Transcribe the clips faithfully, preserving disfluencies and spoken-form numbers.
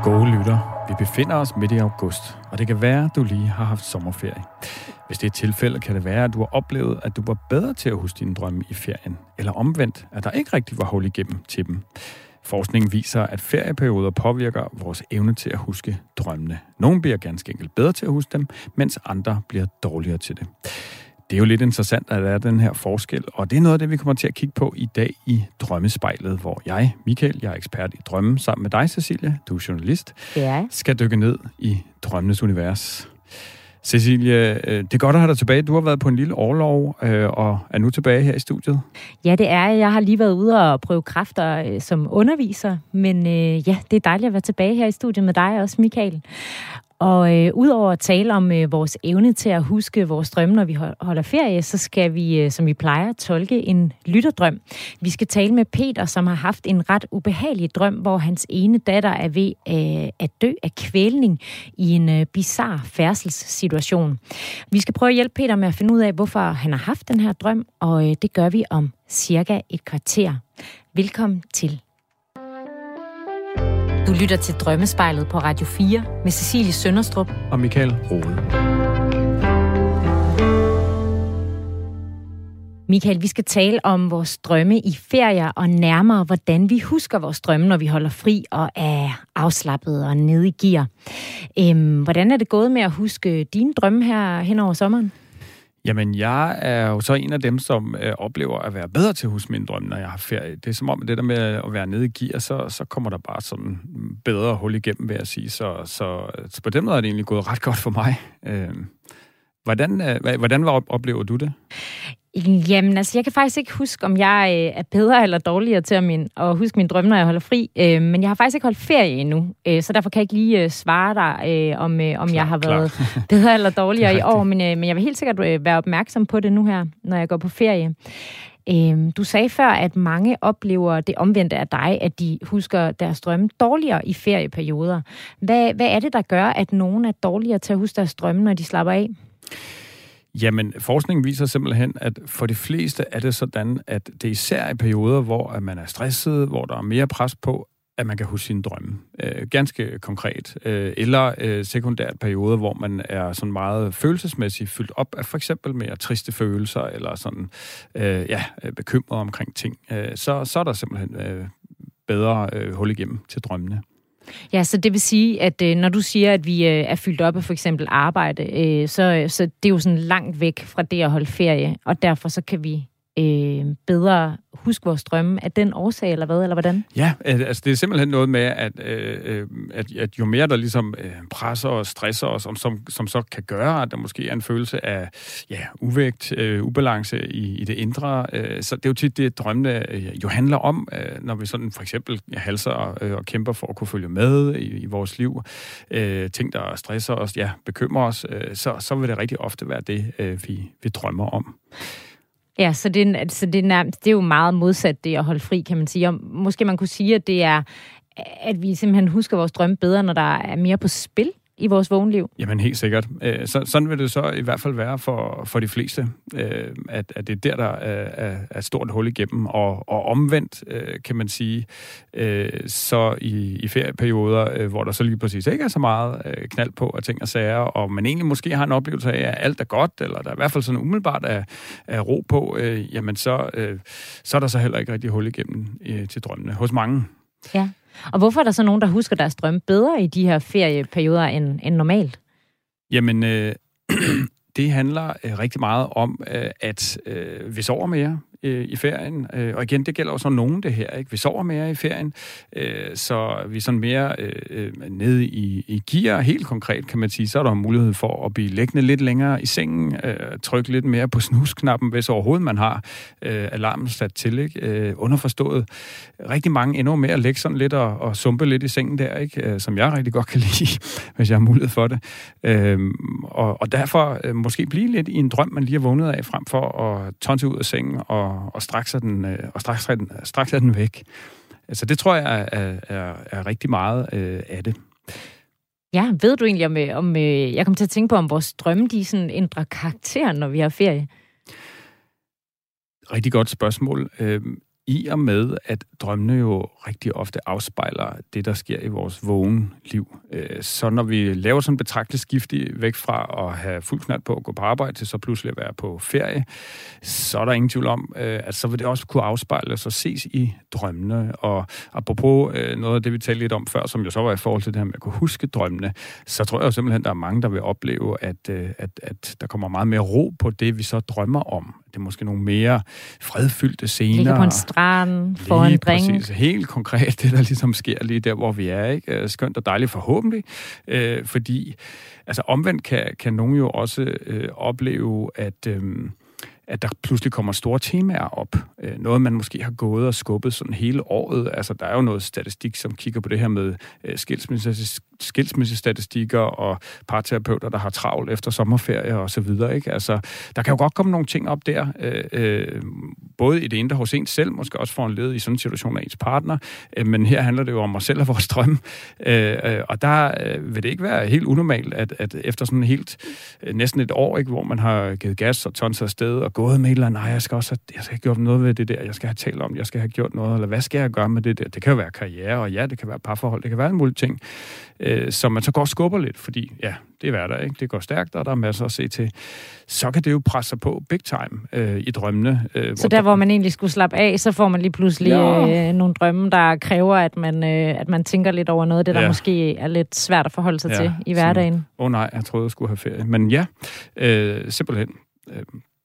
Gode lytter, vi befinder os midt i august, og det kan være, at du lige har haft sommerferie. Hvis det er et tilfælde, kan det være, at du har oplevet, at du var bedre til at huske dine drømme i ferien, eller omvendt, at der ikke rigtig var hul igennem til dem. Forskningen viser, at ferieperioder påvirker vores evne til at huske drømmene. Nogle bliver ganske enkelt bedre til at huske dem, mens andre bliver dårligere til det. Det er jo lidt interessant, at der er den her forskel, og det er noget af det, vi kommer til at kigge på i dag i Drømmespejlet, hvor jeg, Michael, jeg er ekspert i drømme, sammen med dig, Cecilie, du er journalist, ja. skal dykke ned i drømmenes univers. Cecilie, det er godt at have dig tilbage. Du har været på en lille orlov øh, og er nu tilbage her i studiet. Ja, det er jeg. Jeg har lige været ude og prøve kræfter øh, som underviser, men øh, ja, det er dejligt at være tilbage her i studiet med dig også, Michael. Og øh, udover at tale om øh, vores evne til at huske vores drømme, når vi holder ferie, så skal vi, øh, som vi plejer, tolke en lytterdrøm. Vi skal tale med Peter, som har haft en ret ubehagelig drøm, hvor hans ene datter er ved øh, at dø af kvælning i en øh, bizarre færdselssituation. Vi skal prøve at hjælpe Peter med at finde ud af, hvorfor han har haft den her drøm, og øh, det gør vi om cirka et kvarter. Velkommen til. Du lytter til Drømmespejlet på Radio fire med Cecilie Sønderstrup og Michael Rode. Michael, vi skal tale om vores drømme i ferier og nærmere, hvordan vi husker vores drømme, når vi holder fri og er afslappet og nede i gear. Øhm, hvordan er det gået med at huske dine drømme her hen over sommeren? Jamen, jeg er jo så en af dem, som øh, oplever at være bedre til at huske mine drømme, når jeg har ferie. Det er som om, det der med at være nede i gear, så, så kommer der bare sådan bedre hul igennem, vil jeg sige. Så, så, så på den måde er det egentlig gået ret godt for mig. Øh, hvordan, øh, hvordan var, oplever du det? Jamen, altså, jeg kan faktisk ikke huske, om jeg øh, er bedre eller dårligere til at, min, at huske mine drømme, når jeg holder fri. Øh, men jeg har faktisk ikke holdt ferie endnu, øh, så derfor kan jeg ikke lige øh, svare dig, øh, om, øh, om klar, jeg har været klar. bedre eller dårligere i år. Men, øh, men jeg vil helt sikkert øh, være opmærksom på det nu her, når jeg går på ferie. Øh, du sagde før, at mange oplever det omvendte af dig, at de husker deres drømme dårligere i ferieperioder. Hvad, hvad er det, der gør, at nogen er dårligere til at huske deres drømme, når de slapper af? Jamen, forskningen viser simpelthen, at for de fleste er det sådan, at det er især i perioder, hvor man er stresset, hvor der er mere pres på, at man kan huske sine drømme. Øh, ganske konkret. Øh, eller øh, sekundært perioder, hvor man er sådan meget følelsesmæssigt fyldt op af for eksempel mere triste følelser, eller sådan, øh, ja, bekymret omkring ting. Øh, så, så er der simpelthen øh, bedre øh, hul igennem til drømmene. Ja, så det vil sige, at øh, når du siger, at vi øh, er fyldt op af for eksempel arbejde, øh, så, så det er jo sådan langt væk fra det at holde ferie, og derfor så kan vi øh, bedre huske vores drømme af den årsag, eller hvad, eller hvordan? Ja, altså det er simpelthen noget med, at, øh, at, at jo mere der ligesom øh, presser og stresser os, som, som, som så kan gøre, at der måske er en følelse af ja, uvægt, øh, ubalance i, i det indre, øh, så det er jo tit det, drømmene øh, jo handler om, øh, når vi sådan for eksempel ja, halser øh, og kæmper for at kunne følge med i, i vores liv, øh, ting der stresser os, ja, bekymrer os, øh, så, så vil det rigtig ofte være det, øh, vi, vi drømmer om. Ja, så det, er, så det, er nærmest, det er jo meget modsat det at holde fri, kan man sige. Og måske man kunne sige, at det er, at vi simpelthen husker vores drømme bedre, når der er mere på spil i vores vågenliv. Jamen helt sikkert. Så, sådan vil det så i hvert fald være for, for de fleste, at, at det er der, der er, er et stort hul igennem. Og, og omvendt, kan man sige, så i, i ferieperioder, hvor der så lige præcis ikke er så meget knald på af ting og sager, og man egentlig måske har en oplevelse af, at alt er godt, eller der er i hvert fald sådan umiddelbart er, er ro på, jamen så, så er der så heller ikke rigtig hul igennem til drømmene hos mange. Ja. Og hvorfor er der så nogen, der husker deres drømme bedre i de her ferieperioder end, end normalt? Jamen, øh, det handler øh, rigtig meget om, øh, at øh, vi sover mere øh, i ferien. Øh, og igen, det gælder jo så nogen det her, ikke? Vi sover mere i ferien, øh, så vi er sådan mere øh, nede i, i gear. Helt konkret kan man sige, så er der mulighed for at blive liggende lidt længere i sengen, øh, trykke lidt mere på snusknappen, hvis overhovedet man har øh, alarmen sat til, ikke? Øh, underforstået. Rigtig mange ender med at lægge sådan lidt og, og sumpe lidt i sengen der, ikke? Øh, som jeg rigtig godt kan lide, hvis jeg har mulighed for det. Øh, og, og derfor øh, måske blive lidt i en drøm, man lige har vågnet af, frem for at tonse ud af sengen og, og straks er den, øh, og straks er den, straks er den væk. Altså det tror jeg er, er, er rigtig meget øh, af det. Ja, ved du egentlig, om, om jeg kommer til at tænke på, om vores drømme, de sådan ændrer karakter, når vi har ferie? Rigtig godt spørgsmål. i og med, at drømmene jo rigtig ofte afspejler det, der sker i vores vågne liv. Så når vi laver sådan en betragteligt skift væk fra at have fuld knald på at gå på arbejde til så pludselig at være på ferie, så er der ingen tvivl om, at så vil det også kunne afspejles og ses i drømmene. Og apropos noget af det, vi talte lidt om før, som jo så var i forhold til det her med at kunne huske drømmene, så tror jeg jo simpelthen, at der er mange, der vil opleve, at, at, at der kommer meget mere ro på det, vi så drømmer om. Det er måske nogle mere fredfyldte scener. Ligge på en strand, få en drink. Præcis. Helt konkret, det der ligesom sker lige der, hvor vi er. Ikke? Skønt og dejligt forhåbentlig. Øh, fordi altså omvendt kan, kan nogen jo også øh, opleve, at... Øh, at der pludselig kommer store temaer op. Noget, man måske har gået og skubbet sådan hele året. Altså, der er jo noget statistik, som kigger på det her med skilsmisse, skilsmissestatistikker og parterapeuter, der har travlt efter sommerferie og så videre. Ikke? Altså, der kan jo godt komme nogle ting op der, øh, både i det indre hos en selv, måske også for en led i sådan en situation af ens partner, øh, men her handler det jo om os selv og vores drømme. Øh, øh, og der øh, vil det ikke være helt unormalt, at, at efter sådan helt øh, næsten et år, ikke, hvor man har givet gas og tonset afsted og gået med et eller andet, nej, jeg skal også have, jeg skal have gjort noget ved det der, jeg skal have talt om, jeg skal have gjort noget, eller hvad skal jeg gøre med det der? Det kan jo være karriere, og ja, det kan være parforhold, det kan være en mulig ting, øh, som man så går og skubber lidt, fordi ja, det er hverdag, ikke? Det går stærkt, og der er masser at se til. Så kan det jo presse sig på big time øh, i drømmene. Øh, så der, hvor man egentlig skulle slappe af, så får man lige pludselig ja. øh, nogle drømme, der kræver, at man, øh, at man tænker lidt over noget af det, der ja. måske er lidt svært at forholde sig ja. til i hverdagen. Åh oh, nej, jeg troede, jeg skulle have ferie. Men ja, øh, simpelthen. Øh,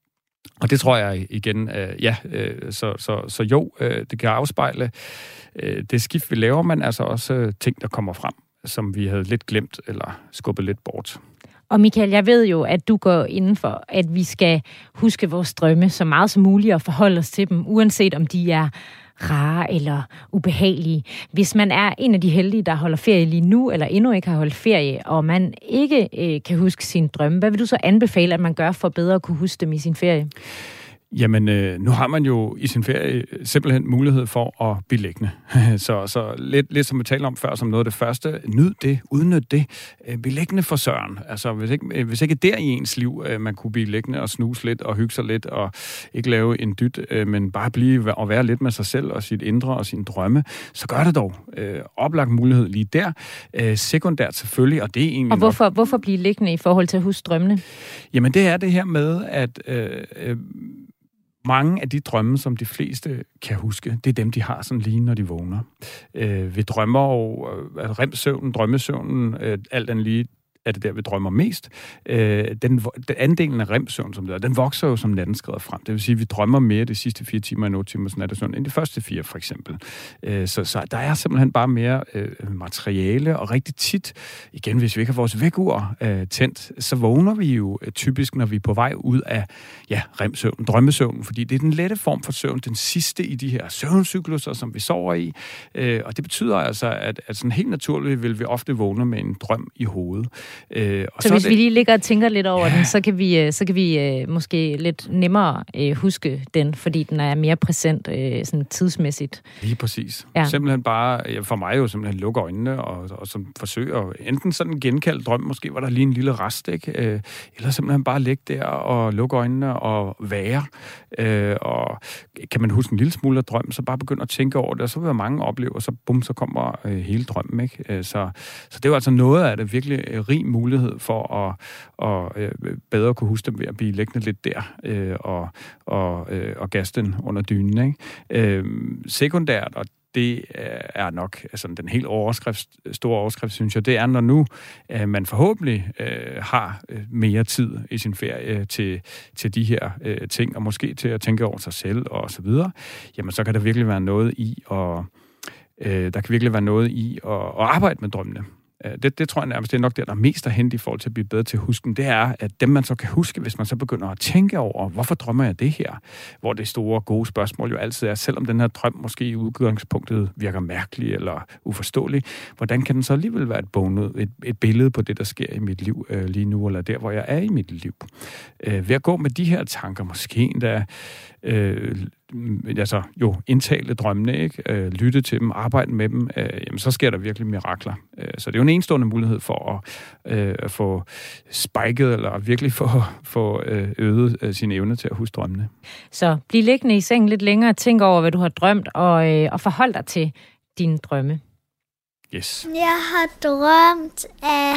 Og det tror jeg igen, øh, ja, øh, så, så, så jo, øh, det kan afspejle øh, det skift, vi laver, men altså også øh, ting, der kommer frem, som vi havde lidt glemt eller skubbet lidt bort. Og Michael, jeg ved jo, at du går inden for, at vi skal huske vores drømme så meget som muligt og forholde os til dem, uanset om de er rare eller ubehagelige. Hvis man er en af de heldige, der holder ferie lige nu, eller endnu ikke har holdt ferie, og man ikke øh, kan huske sin drømme, hvad vil du så anbefale, at man gør for bedre at kunne huske dem i sin ferie? Jamen, øh, nu har man jo i sin ferie simpelthen mulighed for at blive liggende. så så lidt, lidt som vi talte om før, som noget af det første. Nyd det, udnyt det. Øh, bliv liggende for søren. Altså, hvis ikke, øh, hvis ikke der i ens liv, øh, man kunne blive liggende og snuse lidt og hygge sig lidt og ikke lave en dyt, øh, men bare blive og være lidt med sig selv og sit indre og sine drømme, så gør det dog. Øh, oplagt mulighed lige der. Øh, sekundært selvfølgelig, og det er egentlig Og hvorfor, nok... hvorfor blive liggende i forhold til at huske drømmene? Jamen, det er det her med, at... Øh, øh, mange af de drømme, som de fleste kan huske, det er dem, de har sådan lige, når de vågner. Øh, vi drømmer jo, at remsøvnen, drømmesøvnen, øh, alt andet lige, er det der, vi drømmer mest. Øh, den, den andelen af remsøvn, som det er, den vokser jo, som natten skrider frem. Det vil sige, at vi drømmer mere de sidste fire timer end otte timer, sådan er det sådan, end de første fire, for eksempel. Øh, så, så der er simpelthen bare mere øh, materiale, og rigtig tit, igen, hvis vi ikke har vores vækkeur øh, tændt, så vågner vi jo øh, typisk, når vi er på vej ud af ja, remsøvnen, drømmesøvnen, fordi det er den lette form for søvn, den sidste i de her søvncykluser, som vi sover i. Øh, og det betyder altså, at, at sådan helt naturligt vil vi ofte vågne med en drøm i hovedet. Øh, og så, så hvis det, vi lige ligger og tænker lidt over ja. den, så kan vi, så kan vi øh, måske lidt nemmere øh, huske den, fordi den er mere præsent øh, sådan tidsmæssigt. Lige præcis. Ja. Simpelthen bare, for mig jo simpelthen lukke øjnene og, og som forsøge at enten sådan en genkaldt drøm, måske var der lige en lille rest, ikke? Øh, eller simpelthen bare ligge der og lukke øjnene og være. Øh, og kan man huske en lille smule af drømmen, så bare begynde at tænke over det, og så vil mange opleve, og så bum, så kommer øh, hele drømmen, ikke? Øh, så, så det er jo altså noget af det virkelig øh, rig mulighed for at, at øh, bedre kunne huske dem ved at blive liggende lidt der øh, og, og, øh, og gasse den under dynen, ikke? Øh, sekundært, og det er nok altså den helt overskrift, store overskrift, synes jeg, det er, når nu øh, man forhåbentlig øh, har øh, mere tid i sin ferie til, til de her øh, ting, og måske til at tænke over sig selv og så videre, jamen så kan der virkelig være noget i, og øh, der kan virkelig være noget i at, at arbejde med drømmene. Det, det tror jeg nærmest, det er nok der, der er mest at hente i forhold til at blive bedre til at huske den. Det er, at dem man så kan huske, hvis man så begynder at tænke over, hvorfor drømmer jeg det her? Hvor det store, gode spørgsmål jo altid er, selvom den her drøm måske i udgangspunktet virker mærkelig eller uforståelig, hvordan kan den så alligevel være et bonet, et, et billede på det, der sker i mit liv øh, lige nu, eller der, hvor jeg er i mit liv? Øh, ved at gå med de her tanker, måske endda øh, altså jo indtale drømmene, ikke? Øh, lytte til dem, arbejde med dem, øh, jamen så sker der virkelig mirakler. Øh, så det er jo en enestående mulighed for at, øh, at få spiket, eller virkelig få, få øh, øget øh, sin evne til at huske drømmene. Så bliv liggende i sengen lidt længere, tænk over, hvad du har drømt, og, øh, og forhold dig til dine drømme. Yes. Jeg har drømt af...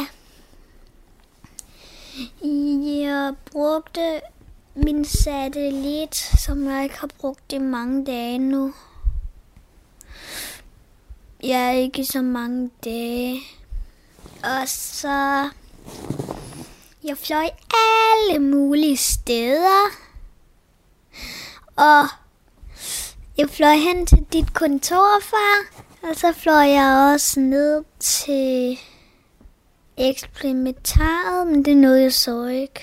Jeg brugte min satellit, som jeg ikke har brugt i mange dage nu. Jeg er ikke så mange dage. Og så... Jeg fløj alle mulige steder. Og jeg fløj hen til dit kontor, far. Og så fløj jeg også ned til eksperimentaret, men det nåede jeg så ikke.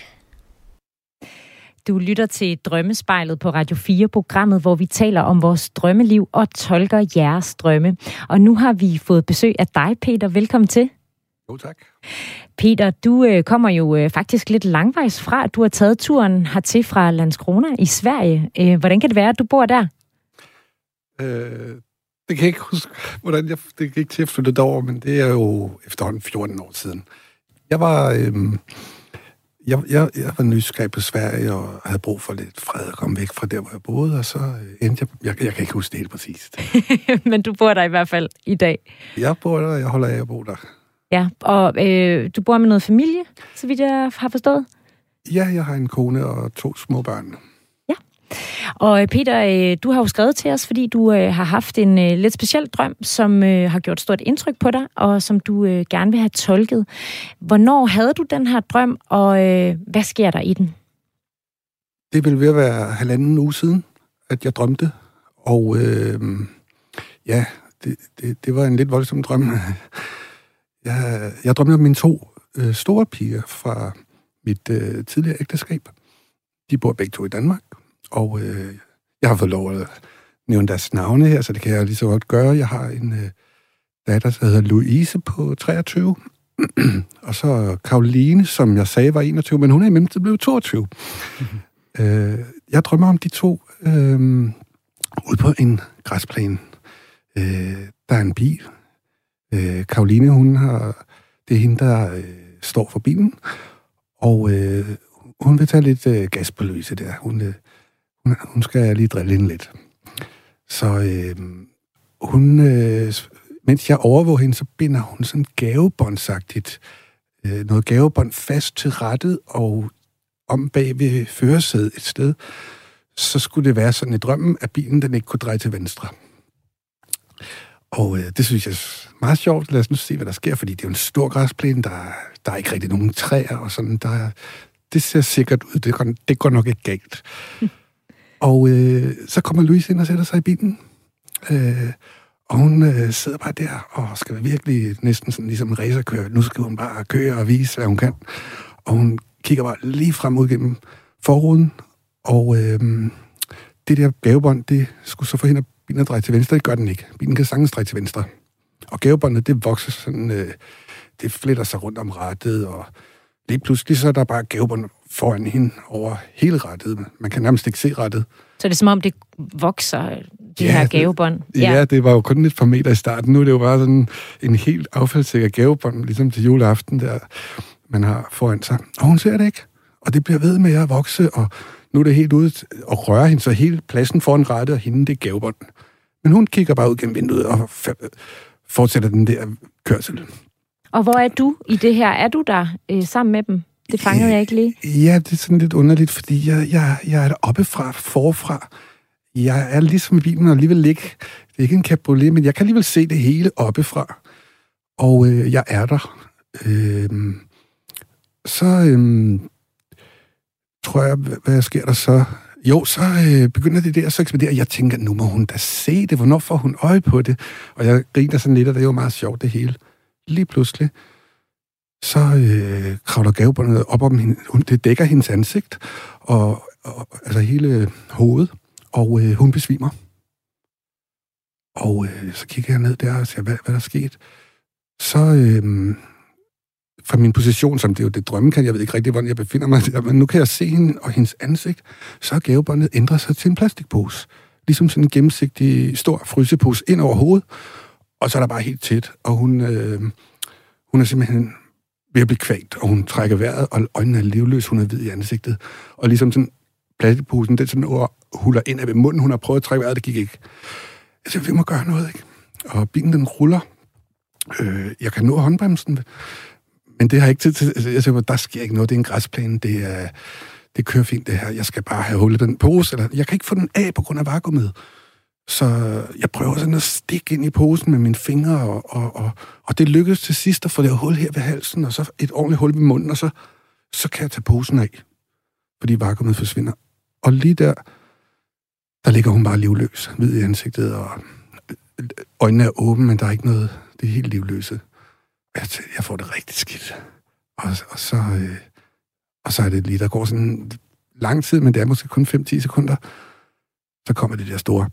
Du lytter til Drømmespejlet på Radio fire, programmet, hvor vi taler om vores drømmeliv og tolker jeres drømme. Og nu har vi fået besøg af dig, Peter. Velkommen til. Jo, tak. Peter, du øh, kommer jo øh, faktisk lidt langvejs fra. Du har taget turen hertil fra Landskrona i Sverige. Øh, hvordan kan det være, at du bor der? Øh, det kan jeg ikke huske, hvordan jeg... Det gik til at flytte derover, men det er jo efterhånden fjorten år siden. Jeg var... Øh, Jeg, jeg, jeg var nysgerrig på Sverige og havde brug for lidt fred at komme væk fra der, hvor jeg boede, og så endte jeg... Jeg, jeg kan ikke huske det helt præcist. Men du bor der i hvert fald i dag. Jeg bor der, og jeg holder af at bo der. Ja, og øh, du bor med noget familie, så vidt jeg har forstået? Ja, jeg har en kone og to små børn. Ja, og Peter, øh, du har jo skrevet til os, fordi du øh, har haft en øh, lidt speciel drøm, som øh, har gjort stort indtryk på dig, og som du øh, gerne vil have tolket. Hvornår havde du den her drøm, og øh, hvad sker der i den? Det ville ved at være halvanden uge siden, at jeg drømte, og øh, ja, det, det, det var en lidt voldsom drøm. Jeg, jeg drømte om mine to øh, store piger fra mit øh, tidligere ægteskab. De bor begge to i Danmark, og øh, jeg har fået lov at nævne deres navne her, så det kan jeg lige så godt gøre. Jeg har en øh, datter, der hedder Louise på treogtyve, og så Karoline, som jeg sagde var enogtyve, men hun er i mellemtiden blevet toogtyve. Mm-hmm. Øh, jeg drømmer om de to øh, ude på en græsplæne. Øh, der er en bil. Øh, Karoline, hun har... Det er hende, der øh, står for bilen, og øh, hun vil tage lidt øh, gas på Louise der. Hun, øh, hun, hun skal lige drille hende lidt. Så øh, hun... Øh, mens jeg overvåger hende, så binder hun sådan gavebåndsagtigt øh, noget gavebånd fast til rattet, og om bag ved førersædet et sted, så skulle det være sådan i drømmen, at bilen den ikke kunne dreje til venstre. Og øh, det synes jeg er meget sjovt. Lad os nu se, hvad der sker, fordi det er jo en stor græsplæne, der, der er ikke rigtig nogen træer og sådan. Der, det ser sikkert ud. Det går, det går nok ikke galt. Mm. Og øh, så kommer Louise ind og sætter sig i bilen. Øh, og hun øh, sidder bare der og skal virkelig næsten sådan ligesom en racerkører. Nu skal hun bare køre og vise, hvad hun kan. Og hun kigger bare lige frem ud gennem forruden. Og øh, det der gavebånd, det skulle så forhindre bilen at dreje til venstre. Det gør den ikke. Bilen kan sagtens dreje til venstre. Og gavebåndet, det vokser sådan, øh, det fletter sig rundt om rattet, og lige pludselig så er der bare gavebånd foran hende over hele rattet. Man kan nærmest ikke se rattet. Så det er som om, det vokser, de ja, her gavebånd? Ja. ja, det var jo kun et par meter i starten. Nu er det jo bare sådan en helt affaldssikker gavebånd, ligesom til juleaften, der man har foran sig. Og hun ser det ikke. Og det bliver ved med at vokse, og nu er det helt ude og røre hende, så hele pladsen foran rattet og hende, det er gavebånd. Men hun kigger bare ud gennem vinduet og fortsætter den der kørsel. Og hvor er du i det her? Er du der øh, sammen med dem? Det fangede jeg ikke lige. Ja, det er sådan lidt underligt, fordi jeg, jeg, jeg er der oppefra, forfra. Jeg er ligesom i bilen og alligevel ikke. Det er ikke en cabriolet, men jeg kan alligevel se det hele oppefra. Og øh, jeg er der. Øh, så øh, tror jeg, hvad sker der så? Jo, så øh, begynder det der så ekspedere. Jeg tænker, nu må hun da se det. Hvornår får hun øje på det? Og jeg griner sådan lidt, og det er jo meget sjovt det hele. Lige pludselig, så øh, kravler gavebåndet op om hende. Det dækker hendes ansigt, og, og altså hele hovedet, og øh, hun besvimer. Og øh, så kigger jeg ned der og siger, hvad, hvad der er sket? Så øh, fra min position, som det er jo det drømme kan, jeg ved ikke rigtig, hvordan jeg befinder mig der, men nu kan jeg se hende og hendes ansigt, så har gavebåndet ændret sig til en plastikpose. ligesom sådan en gennemsigtig, stor frysepose ind over hovedet, og så er der bare helt tæt, og hun, øh, hun er simpelthen ved at blive kvalt, og hun trækker vejret, og øjnene er livløse, hun er hvid i ansigtet, og ligesom sådan plastikposen, den sådan huller ind af ved munden, hun har prøvet at trække vejret, det gik ikke. Jeg siger, vi må gøre noget, ikke? Og bilen, den ruller. Øh, jeg kan nå håndbremsen, men det har jeg ikke tid til. Jeg siger, der sker ikke noget, det er en græsplæne, det er... Det kører fint, det her. Jeg skal bare have hullet den pose, eller jeg kan ikke få den af på grund af vakuumet. Så jeg prøver sådan at stikke ind i posen med mine fingre, og, og, og, og det lykkedes til sidst at få det hul her ved halsen, og så et ordentligt hul ved munden, og så, så kan jeg tage posen af, fordi vakuumet forsvinder. Og lige der, der ligger hun bare livløs, hvid i ansigtet, og øjnene er åbne, men der er ikke noget, det er helt livløse. Jeg, jeg får det rigtig skidt. Og, og så... Øh, Og så er det lige, der går sådan lang tid, men det er måske kun fem til ti sekunder. Så kommer det der store,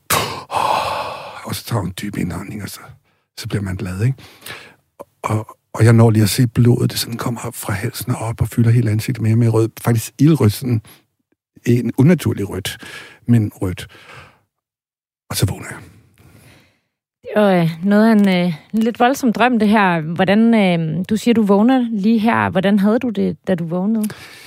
og så tager hun en dyb indånding, og så, så bliver man glad, ikke? Og, og jeg når lige at se blodet, det sådan kommer op fra halsen og op og fylder hele ansigtet mere med rød. Faktisk ildrødt, sådan en unaturlig rødt, men rødt. Og så vågner jeg. Og øh, noget af en øh, lidt voldsom drøm, det her. Hvordan, øh, du siger, du vågner lige her. Hvordan havde du det, da du vågnede?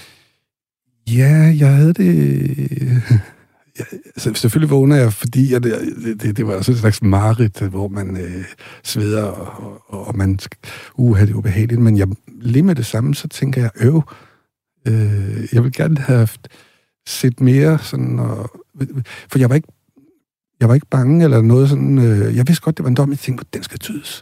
Ja, jeg havde det... Ja, selvfølgelig vågner jeg, fordi jeg, det, det, det var også et slags mareridt, hvor man øh, sveder, og, og, og man... Uh, det er ubehageligt, men jeg, lige med det samme, så tænker jeg, øv, øh, jeg vil gerne have haft set mere sådan... Og, for jeg var ikke Jeg var ikke bange eller noget sådan... Øh, jeg vidste godt, det var en dom, jeg tænkte, den skal tydes.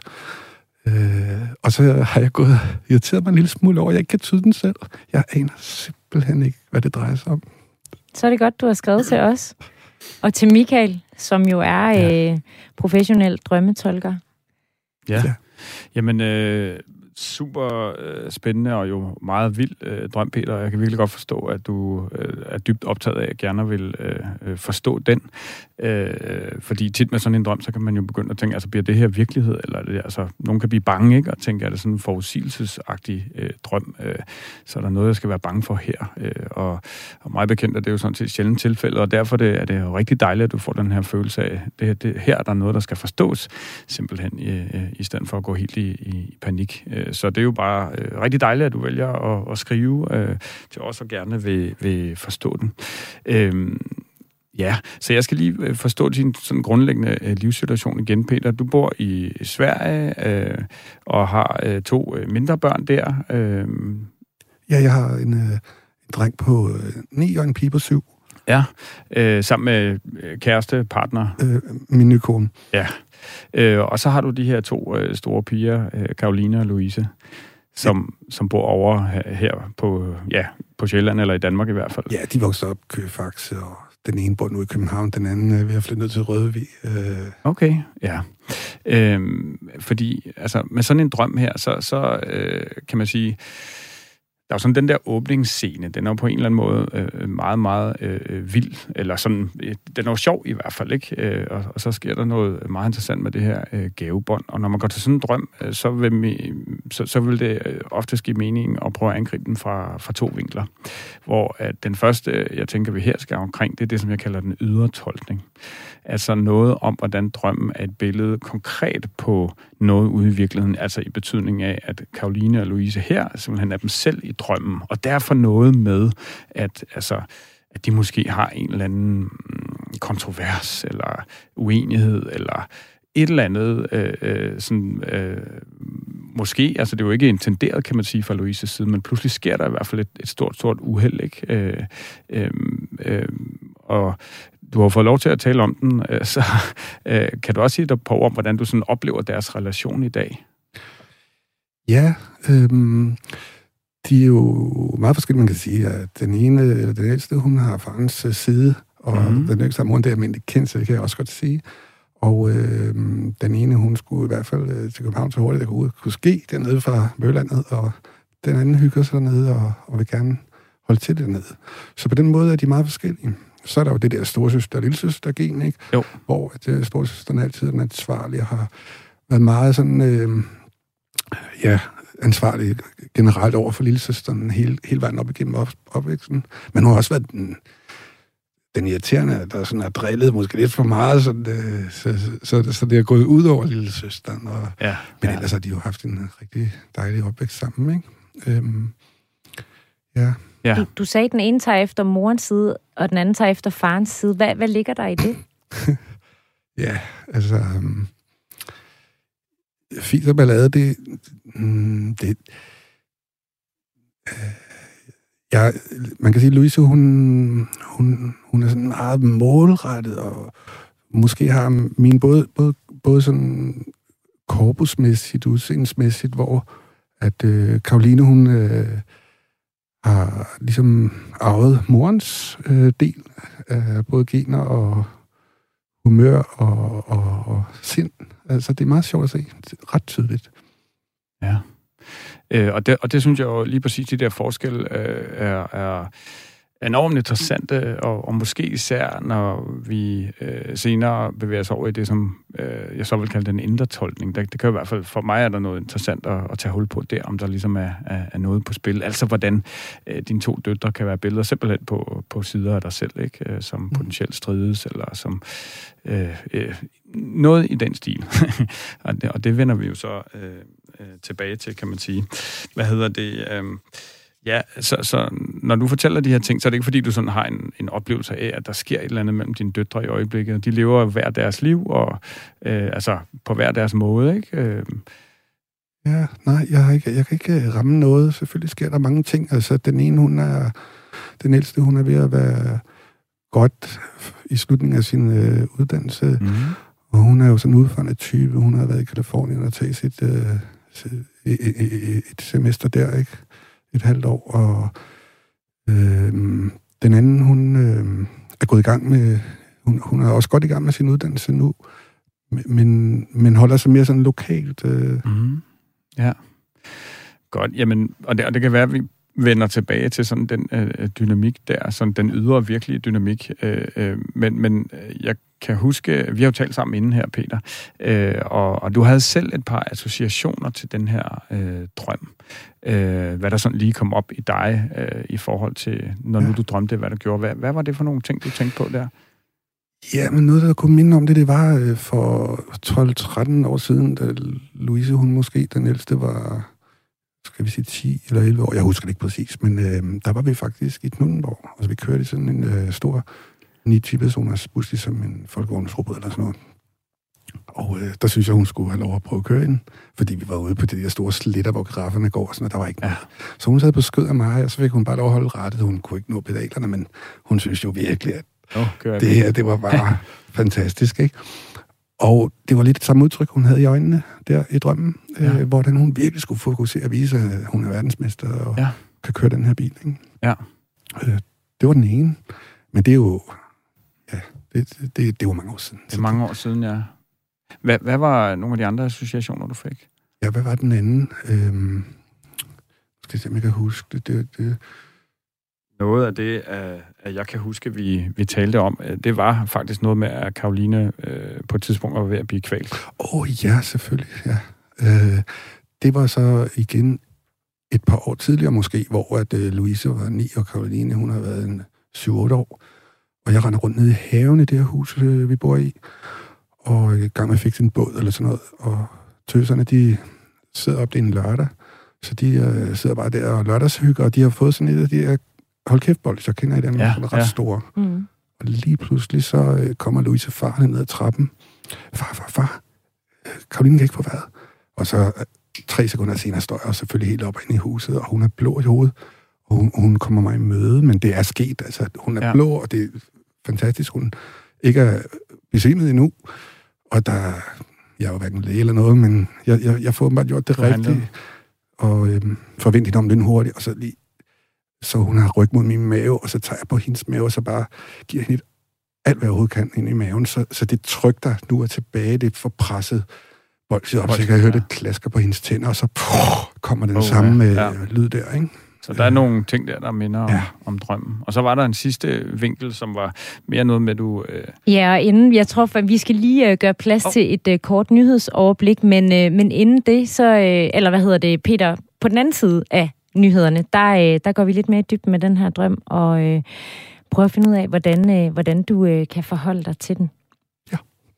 Øh, og så har jeg gået irriteret mig en lille smule over, at jeg ikke kan tyde den selv. Jeg aner simpelthen ikke, hvad det drejer sig om. Så er det godt, du har skrevet til os. Og til Michael, som jo er ja. øh, professionel drømmetolker. Ja, ja. Jamen... Øh super øh, spændende og jo meget vild øh, drøm, Peter. Jeg kan virkelig godt forstå, at du øh, er dybt optaget af, at gerne vil øh, forstå den. Øh, fordi tit med sådan en drøm, så kan man jo begynde at tænke, altså bliver det her virkelighed? Eller er det, altså, nogen kan blive bange, ikke? Og tænke, er det sådan en forudsigelsesagtig øh, drøm? Øh, så er der noget, jeg skal være bange for her. Øh, og, og meget bekendt, at det er jo sådan set sjældent tilfælde, og derfor det, er det jo rigtig dejligt, at du får den her følelse af, det, det, her er der noget, der skal forstås, simpelthen, i, i stedet for at gå helt i, i panik. Så det er jo bare øh, rigtig dejligt, at du vælger at, at skrive øh, til os og gerne vil, vil forstå den. Øhm, ja, så jeg skal lige forstå din sådan grundlæggende øh, livssituation igen, Peter. Du bor i Sverige øh, og har øh, to øh, mindre børn der. Øh. Ja, jeg har en, øh, en dreng på øh, ni og en pige på syv. Ja, øh, sammen med øh, kæreste, partner. Øh, min nye kone. Ja. Øh, og så har du de her to øh, store piger, øh, Karoline og Louise, som, ja. som bor over her på, ja, på Sjælland, eller i Danmark i hvert fald. Ja, de voksede op i Køgefaxe, og den ene bor nu i København, den anden er ved at flytte ned til Rødvig. Øh. Okay, ja. Øhm, fordi altså, med sådan en drøm her, så, så øh, kan man sige... Der er jo sådan den der åbningsscene, den er jo på en eller anden måde øh, meget, meget øh, vild, eller sådan, øh, den er jo sjov i hvert fald, ikke? Øh, og, og så sker der noget meget interessant med det her øh, gavebånd, og når man går til sådan en drøm, øh, så, vil mi, så, så vil det øh, ofte ske mening at prøve at angribe den fra, fra to vinkler, hvor at den første, jeg tænker, vi her skal omkring, det er det, som jeg kalder den ydre tolkning. Altså noget om, hvordan drømmen er et billede konkret på noget ude i virkeligheden, altså i betydning af, at Karoline og Louise her simpelthen er dem selv i drømmen, og derfor noget med, at, altså, at de måske har en eller anden kontrovers, eller uenighed, eller et eller andet, øh, øh, sådan, øh, måske, altså det er jo ikke intenderet, kan man sige, fra Louises side, men pludselig sker der i hvert fald et, et stort, stort uheld, ikke? Øh, øh, øh, og du har fået lov til at tale om den, øh, så øh, kan du også sige dig på om, hvordan du sådan oplever deres relation i dag? Ja, øhm, de er jo meget forskellige, man kan sige, at den ene, eller den ældste, hun har farens side, og mm-hmm. den yngste mor, det er almindeligt kendt, så det kan jeg også godt sige. Og øh, den ene, hun skulle i hvert fald øh, til København så hurtigt, det kunne, kunne ske dernede fra Møllandet, og den anden hygger sig dernede, og, og vil gerne holde til dernede. Så på den måde er de meget forskellige. Så er der jo det der storesøster og lillesøster-gen, ikke? Jo. Hvor at, storesøsteren altid er den ansvarlige, og har været meget sådan, øh, ja, ansvarlig generelt over for lillesøsteren hele, hele vejen op igennem op, opvæksten. Men hun har også været den, den irriterende, at der sådan er drillet måske lidt for meget, så det, så, så, så, så det er gået ud over lille søsteren. Og, ja, men ja. ellers har de jo haft en rigtig dejlig opvækst sammen, ikke? Øhm, ja. ja. Du, du sagde, at den ene tager efter morens side, og den anden tager efter farens side. Hvad, hvad ligger der i det? ja, altså... Um, Fis og ballade, det... Mm, det øh, ja, man kan sige, at Louise, hun, hun, hun er sådan meget målrettet, og måske har min både, både, både sådan korpusmæssigt, udseendsmæssigt, hvor at øh, Karoline, hun øh, har ligesom arvet morens øh, del af både gener og humør og, og, og sind. Altså, det er meget sjovt at se. Ret tydeligt. Ja. Øh, og, det, og det synes jeg jo lige præcis, de der forskel øh, er, er enormt interessante, og, og måske især, når vi øh, senere bevæger os over i det, som øh, jeg så vil kalde den indre tolkning. Det, det kan jo i hvert fald, for mig er der noget interessant at, at tage hul på der, om der ligesom er, er, er noget på spil. Altså, hvordan øh, dine to døtre kan være billeder simpelthen på, på sider af dig selv, ikke? Øh, som potentielt strides, eller som øh, øh, noget i den stil. og, det, og det vender vi jo så øh, øh, tilbage til, kan man sige. Hvad hedder det? Øh, Ja, så, så når du fortæller de her ting, så er det ikke fordi, du sådan har en, en oplevelse af, at der sker et eller andet mellem dine døtre i øjeblikket. De lever hver deres liv, og øh, altså på hver deres måde, ikke? Øh. Ja, nej, jeg, har ikke, jeg kan ikke ramme noget. Selvfølgelig sker der mange ting. Altså, den ene, hun er, den ældste, hun er ved at være godt i slutningen af sin øh, uddannelse, mm-hmm. og hun er jo sådan en udfarende type. Hun har været i Kalifornien og taget sit, øh, sit, et, et semester der, ikke? Et halvt år, og øh, den anden, hun øh, er gået i gang med, hun, hun er også godt i gang med sin uddannelse nu, men, men holder sig mere sådan lokalt. Øh. Mm. Ja, godt. Jamen, og det, og det kan være, at vi vender tilbage til sådan den øh, dynamik der, sådan den ydre virkelige dynamik, øh, øh, men, men jeg kan huske, vi har jo talt sammen inden her, Peter, øh, og, og du havde selv et par associationer til den her øh, drøm. Øh, hvad der sådan lige kom op i dig øh, i forhold til, når ja. nu du drømte, hvad du gjorde. Hvad, hvad var det for nogle ting, du tænkte på der? Ja, men noget, der kunne minde om det, det var øh, for tolv tretten år siden, da Louise, hun måske, den ældste, var, skal vi sige, ti eller elleve år. Jeg husker det ikke præcis, men øh, der var vi faktisk i Knuthenborg. Altså, vi kørte i sådan en øh, stor ni-ti-personers bus, ligesom en folkevognsrobot eller sådan noget. Og øh, der synes jeg, hun skulle have lov at prøve at køre ind, fordi vi var ude på de der store slitter, hvor girafferne går, og sådan, og der var ikke noget. Ja. Så hun sad på skød af mig, og så fik hun bare lov at holde rettet. Hun kunne ikke nå pedalerne, men hun synes jo virkelig, at oh, det her, det var bare fantastisk, ikke? Og det var lidt det samme udtryk, hun havde i øjnene der i drømmen, ja. øh, hvordan hun virkelig skulle fokusere og vise, at hun er verdensmester og ja. kan køre den her bil, ikke? Ja. Øh, det var den ene. Men det er jo, ja, det, det, det, det var mange år siden. Det er mange år siden, ja. Hvad, hvad var nogle af de andre associationer, du fik? Ja, hvad var den anden? Øhm, skal jeg se, om jeg kan huske det. det, det. Noget af det, at jeg kan huske, vi, vi talte om, det var faktisk noget med, at Karoline øh, på et tidspunkt var ved at blive kvalt. Åh oh, ja, selvfølgelig, ja. Øh, det var så igen et par år tidligere måske, hvor at øh, Louise var ni, og Karoline, hun har været en syv otte år. Og jeg render rundt nede i haven i det her hus, øh, vi bor i, og i gang med at fikse en båd eller sådan noget. Og tøserne, de sidder op, det er en lørdag, så de øh, sidder bare der og lørdagshygger, og de har fået sådan et af de her hold kæft bold, så kender I den, ja, som er ret ja. store. Mm. Og lige pludselig så øh, kommer Louise far ned ad trappen. Far, far, far, Karoline kan ikke få vejret. Og så øh, tre sekunder senere står jeg selvfølgelig helt op inde i huset, og hun er blå i hovedet, og hun, hun kommer mig i møde, men det er sket, altså hun er ja. blå, og det er fantastisk, hun ikke er besvimet endnu, og der, jeg er jo hverken læge eller noget, men jeg, jeg, jeg får bare gjort det rigtigt, og øhm, forventet om den hurtigt, og så lige, så hun har ryg mod min mave, og så tager jeg på hendes mave, og så bare giver hende alt, hvad jeg overhovedet kan ind i maven, så, så det tryk, der nu er tilbage, det er for presset bolsjet op, så jeg kan høre det klasker på hendes tænder, og så puh, kommer den oh, samme ja. Ja. lyd der, ikke? Så der er nogle ting der, der minder ja. om, om drømmen. Og så var der en sidste vinkel, som var mere noget med, du... Øh... Ja, og inden, jeg tror, at vi skal lige øh, gøre plads oh. til et øh, kort nyhedsoverblik, men, øh, men inden det, så... Øh, eller hvad hedder det, Peter, på den anden side af nyhederne, der, øh, der går vi lidt mere i dybden med den her drøm, og øh, prøve at finde ud af, hvordan, øh, hvordan du øh, kan forholde dig til den. Ja.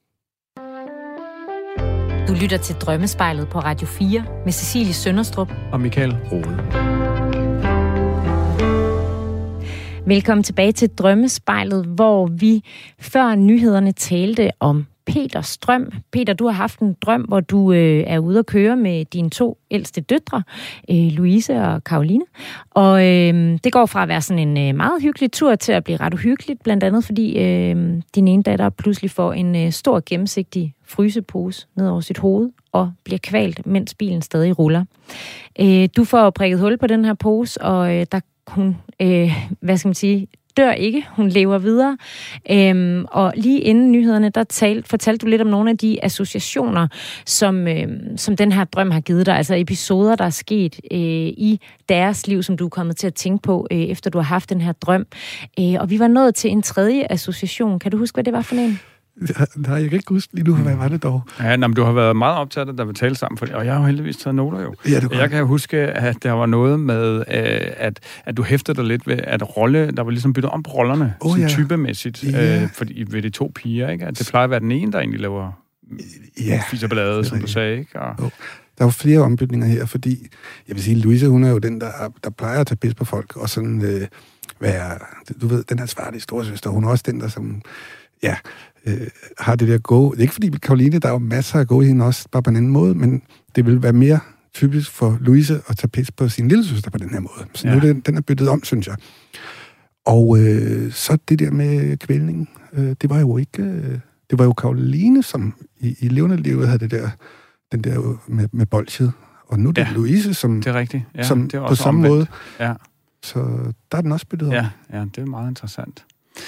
Du lytter til Drømmespejlet på Radio fire med Cecilie Sønderstrup og Michael Rode. Velkommen tilbage til Drømmespejlet, hvor vi før nyhederne talte om Peters drøm. Peter, du har haft en drøm, hvor du øh, er ude at køre med dine to ældste døtre, øh, Louise og Caroline. Og øh, det går fra at være sådan en øh, meget hyggelig tur til at blive ret uhyggeligt, blandt andet fordi øh, din ene datter pludselig får en øh, stor gennemsigtig frysepose ned over sit hoved og bliver kvalt, mens bilen stadig ruller. Øh, du får prikket hul på den her pose, og øh, der hun, øh, hvad skal man sige, dør ikke. Hun lever videre. Øhm, og lige inden nyhederne, der tal, fortalte du lidt om nogle af de associationer, som, øhm, som den her drøm har givet dig. Altså episoder, der er sket øh, i deres liv, som du er kommet til at tænke på, øh, efter du har haft den her drøm. Øh, og vi var nået til en tredje association. Kan du huske, hvad det var for en? Nej, jeg kan ikke huske lige nu, hvad var det dog? Ja, nej, men du har været meget optaget af, da vi talte sammen, for, og jeg har jo heldigvis taget noter jo. Ja, det jeg kan huske, at der var noget med, øh, at, at du hæftede dig lidt ved, at rolle, der var ligesom byttet om på rollerne, oh, ja. typemæssigt, ja. øh, fordi ved de to piger, ikke? At det plejer at være den ene, der egentlig laver ja, fis og ballade, som du sagde, ikke? Og... Oh. Der er jo flere ombytninger her, fordi, jeg vil sige, Louise, hun er jo den, der, der plejer at tage pis på folk, og sådan øh, være, du ved, den her svarte storesøster, hun er også den, der som, ja, øh, har det der gå. Det er ikke fordi Caroline, der er jo masser af gå i hende også, bare på en anden måde, men det vil være mere typisk for Louise at tage pis på sin lillesøster på den her måde. Så ja. nu den, den er byttet om, synes jeg. Og øh, så det der med kvælningen, øh, det var jo ikke, øh, det var jo Caroline, som i, i levende livet havde det der, den der med, med bolsjet. Og nu er det ja. Louise, som, det er rigtigt. Ja, som det er på samme omvendt. måde. Ja. Så der er den også byttet om. Ja, ja, det er meget interessant.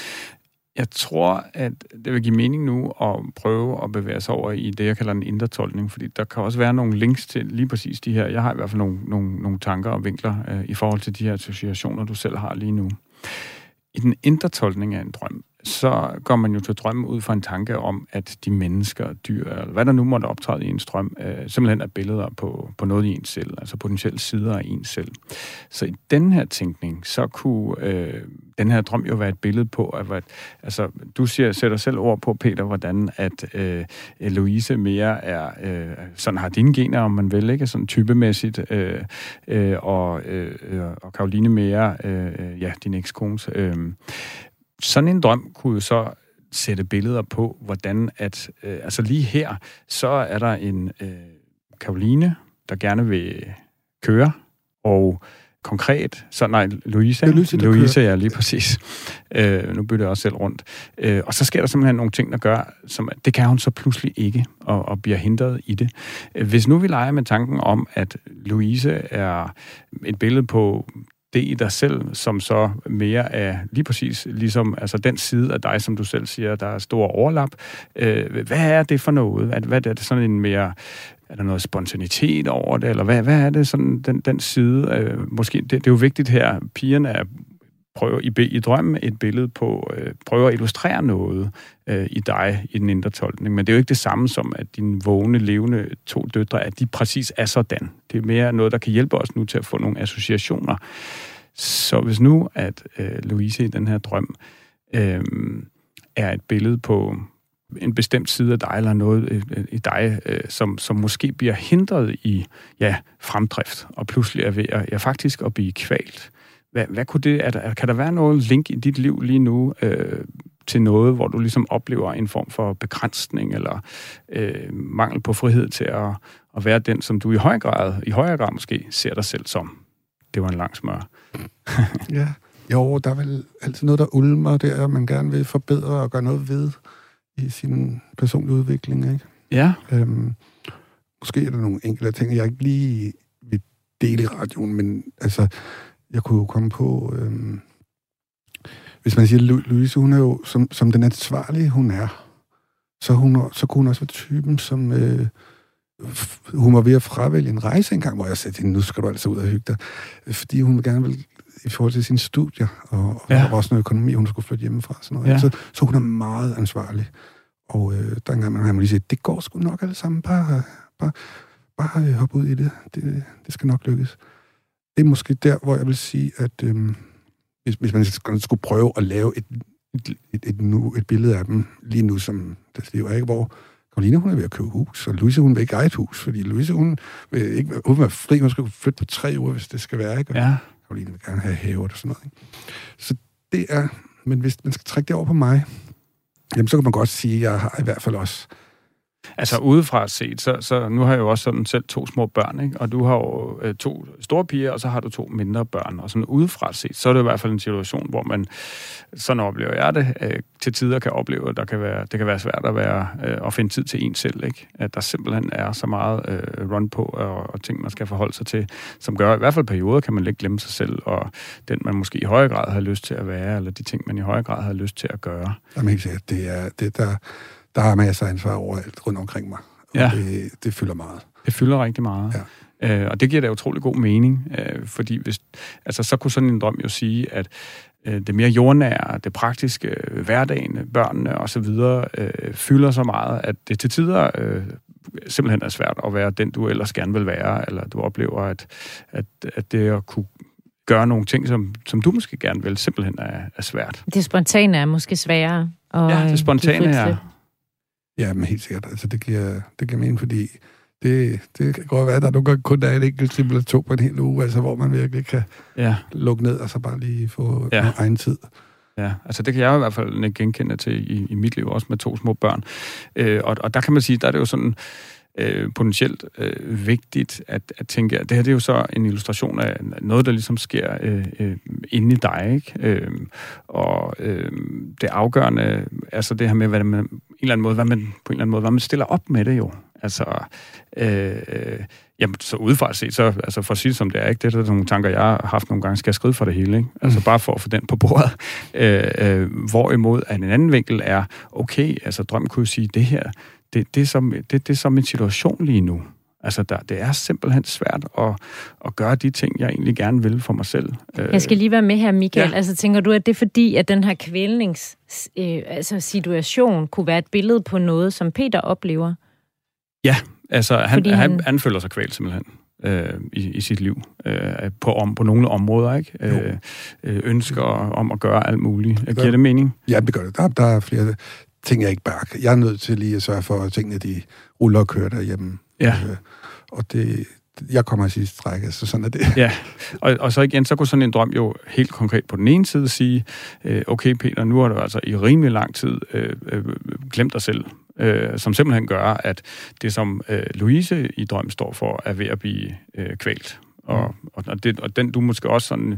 Jeg tror, at det vil give mening nu at prøve at bevæge sig over i det, jeg kalder en indre tolkning, fordi der kan også være nogle links til lige præcis de her. Jeg har i hvert fald nogle, nogle, nogle tanker og vinkler øh, i forhold til de her associationer, du selv har lige nu. I den indre tolkning af en drøm, så går man jo til drømme ud fra en tanke om, at de mennesker, dyr, eller hvad der nu måtte optræde i en drøm, øh, simpelthen er billeder på, på noget i en selv, altså potentielle sider af en selv. Så i den her tænkning, så kunne øh, den her drøm jo være et billede på, at, at altså, du siger, sætter selv ord på, Peter, hvordan at øh, Louise mere er, øh, sådan har dine gener, om man vil, ikke, sådan typemæssigt, øh, øh, og, øh, og Caroline mere, øh, ja, din ekskones. Øh. Sådan en drøm kunne jo så sætte billeder på, hvordan at, øh, altså lige her, så er der en øh, Caroline, der gerne vil køre, og konkret, så nej, Louise, Louise, Louise ja, lige præcis. Øh, nu bytter jeg også selv rundt. Øh, og så sker der simpelthen nogle ting, der gør, som det kan hun så pludselig ikke, og, og bliver hindret i det. Hvis nu vi leger med tanken om, at Louise er et billede på det i dig selv, som så mere er lige præcis ligesom altså den side af dig, som du selv siger, der er stor overlap. Øh, hvad er det for noget? Hvad, hvad er det sådan en mere, er der noget spontanitet over det, eller hvad, hvad er det sådan den, den side? Øh, måske, det, det er jo vigtigt her, pigerne er prøver i, i drømmen et billede på, øh, prøver at illustrere noget øh, i dig, i den indre tolkning. Men det er jo ikke det samme som, at dine vågne, levende to døtre, at de præcis er sådan. Det er mere noget, der kan hjælpe os nu til at få nogle associationer. Så hvis nu, at øh, Louise i den her drøm øh, er et billede på en bestemt side af dig, eller noget øh, i dig, øh, som, som måske bliver hindret i ja, fremdrift, og pludselig er ved at, ja, faktisk at blive kvalt. Hvad, hvad kunne det, der, kan der være noget link i dit liv lige nu øh, til noget, hvor du ligesom oplever en form for begrænsning eller øh, mangel på frihed til at, at være den, som du i høj grad, i højere grad måske ser dig selv som? Det var en lang smør. Ja, jo, der er vel altid noget, der ulmer der, man gerne vil forbedre og gøre noget ved i sin personlige udvikling, ikke? Ja. Øhm, måske er der nogle enkelte ting, jeg ikke lige vil dele i radioen, men altså, jeg kunne jo komme på, øhm, hvis man siger, Louise, hun er jo, som, som den ansvarlige, hun er, så, hun, så kunne hun også være typen, som, øh, hun var ved at fravælge en rejse engang, hvor jeg sagde til hende, nu skal du altså ud og hygge dig, fordi hun gerne vil, i forhold til sine studier, og, og ja. også noget økonomi, hun skulle flytte hjemmefra, sådan noget. Ja. Så, så hun er meget ansvarlig. Og øh, der engang man har man lige sagt, det går sgu nok alle sammen, bare, bare, bare hoppe ud i det. det, det skal nok lykkes. Det er måske der, hvor jeg vil sige, at øh, hvis, hvis man skulle prøve at lave et, et, et, et, nu, et billede af dem lige nu, som deres liv er, ikke? Hvor Karoline, hun er ved at købe hus, og Louise, hun vil ikke eje et hus, fordi Louise, hun vil ikke hun vil være fri, hun skal flytte på tre uger, hvis det skal være, ikke? Og ja. Karoline vil gerne have havet og sådan noget, ikke? Så det er, men hvis man skal trække det over på mig, jamen så kan man godt sige, at jeg har i hvert fald også... Altså udefra set, så, så nu har jeg jo også sådan selv to små børn, ikke? Og du har jo øh, to store piger, og så har du to mindre børn. Og sådan udefra set, så er det i hvert fald en situation, hvor man, sådan oplever jeg det, øh, til tider kan opleve, at der kan være, det kan være svært at, være, øh, at finde tid til en selv, ikke? At der simpelthen er så meget øh, run på, og, og ting, man skal forholde sig til, som gør, i hvert fald perioder kan man ikke glemme sig selv, og den, man måske i højere grad har lyst til at være, eller de ting, man i højere grad har lyst til at gøre. Jamen helt sikkert, det er det, der... Der er masser af ansvar overalt rundt omkring mig, og ja. det, det fylder meget. Det fylder rigtig meget. Ja. Øh, og det giver da utrolig god mening, øh, fordi hvis, altså, så kunne sådan en drøm jo sige, at øh, det mere jordnære, det praktiske, øh, hverdagen, børnene osv. Øh, fylder så meget, at det til tider øh, simpelthen er svært at være den, du ellers gerne vil være, eller du oplever, at, at, at det at kunne gøre nogle ting, som, som du måske gerne vil, simpelthen er, er svært. Det spontane er måske sværere. Og ja, det spontane er... Ja, men helt sikkert. Altså, det giver, det giver mening, fordi det, det kan godt være, at der nogle gange kun er et enkelt time eller to på en hel uge, altså, hvor man virkelig kan ja. lukke ned og så bare lige få ja. noget egen tid. Ja, altså det kan jeg i hvert fald genkende til i, i mit liv, også med to små børn. Øh, og, og der kan man sige, der er det jo sådan øh, potentielt øh, vigtigt at, at tænke, at det her det er jo så en illustration af noget, der ligesom sker øh, øh, inde i dig, ikke? Øh, og øh, det afgørende, altså det her med, hvad man, en eller anden måde, hvad man, på en eller anden måde, hvad man stiller op med det jo. Altså, øh, øh, jamen, så udefra set, så, altså for at sige det som det er, ikke? Det er der nogle tanker, jeg har haft nogle gange, skal jeg skrive for det hele, ikke? Altså bare for at få den på bordet. Øh, øh, hvorimod, at en anden vinkel er, okay, altså drømmen kunne jo sige, det her, det, det, er som, det, det er som en situation lige nu. Altså, der, det er simpelthen svært at, at gøre de ting, jeg egentlig gerne vil for mig selv. Jeg skal lige være med her, Michael. Ja. Altså, tænker du, at det er fordi, at den her kvælnings øh, altså, situation kunne være et billede på noget, som Peter oplever? Ja, altså, han, han... han... han føler sig kvalt simpelthen øh, i, i sit liv. Øh, på, om, på nogle områder, ikke? Øh, ønsker om at gøre alt muligt. Det giver det mening? Ja, det gør det. Der, der er flere ting, jeg ikke bare... Jeg er nødt til lige at sørge for, at tingene, de ruller og kører derhjemme. Ja. Øh, og det, jeg kommer i sidste strække, så sådan er det. Ja, og, og så igen, så kunne sådan en drøm jo helt konkret på den ene side sige, øh, okay Peter, nu har du altså i rimelig lang tid øh, øh, glemt dig selv, øh, som simpelthen gør, at det som øh, Louise i drøm står for, er ved at blive øh, kvalt. Og, mm. og, det, og den du måske også sådan...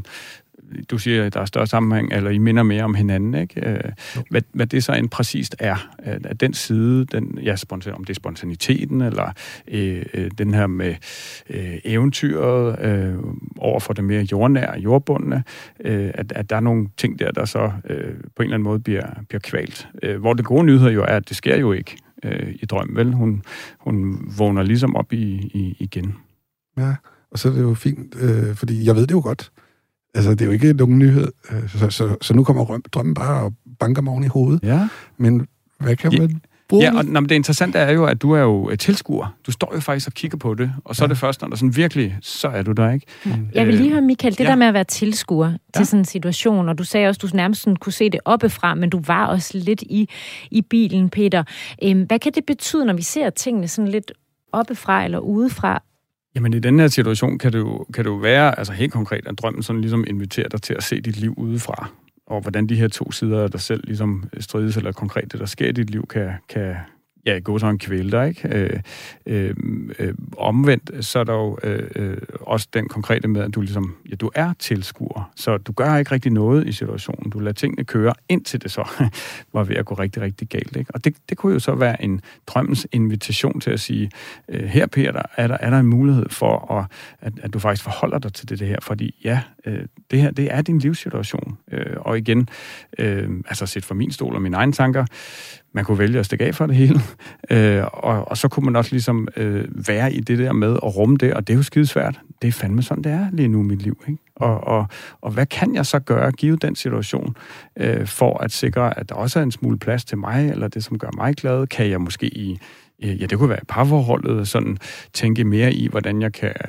Du siger, at der er større sammenhæng, eller I minder mere om hinanden, ikke? Øh, hvad, hvad det så end præcist er, at den side, den, ja, om det er spontaniteten, eller øh, den her med øh, eventyret øh, over for det mere jordnære, jordbundne, øh, at, at der er nogle ting der, der så øh, på en eller anden måde bliver, bliver kvalt. Øh, hvor det gode nyhed jo er, at det sker jo ikke øh, i drømmen, vel? Hun, hun vågner ligesom op i, i, igen. Ja, og så er det jo fint, øh, fordi jeg ved det jo godt. Altså, det er jo ikke nogen nyhed, så, så, så nu kommer drømmen bare og banker mig oven i hovedet. Ja. Men hvad kan ja. man bruge? Ja, og nå, det interessante er jo, at du er jo tilskuer. Du står jo faktisk og kigger på det, og så ja. er det først, når der sådan virkelig, så er du der, ikke? Mm. Jeg vil lige høre, Michael, det ja. der med at være tilskuer til ja. sådan en situation, og du sagde også, at du nærmest sådan kunne se det oppefra, men du var også lidt i, i bilen, Peter. Øhm, hvad kan det betyde, når vi ser tingene sådan lidt oppefra eller udefra? Jamen i den her situation kan det jo, kan det jo være, altså helt konkret, at drømmen sådan ligesom inviterer dig til at se dit liv udefra, og hvordan de her to sider af dig selv ligesom strides, eller konkret det, der sker i dit liv, kan, kan ja, gå sådan en kvæl der, ikke? Øh, øh, øh, omvendt, så er der jo øh, også den konkrete med, at du ligesom, ja, du er tilskuer, så du gør ikke rigtig noget i situationen. Du lader tingene køre, indtil det så var ved at gå rigtig, rigtig galt, ikke? Og det, det kunne jo så være en drømmens invitation til at sige, øh, her Peter, er der, er der en mulighed for, at, at, at du faktisk forholder dig til det, det her, fordi ja, øh, det her, det er din livssituation. Øh, og igen, øh, altså set fra min stol og mine egne tanker, man kunne vælge at stikke af for det hele, øh, og, og så kunne man også ligesom øh, være i det der med at rumme det, og det er jo skidesvært. Det er fandme sådan, det er lige nu i mit liv, ikke? Og, og, og hvad kan jeg så gøre, give den situation, øh, for at sikre, at der også er en smule plads til mig, eller det, som gør mig glad? Kan jeg måske i, ja, det kunne være i parforholdet, sådan tænke mere i, hvordan jeg kan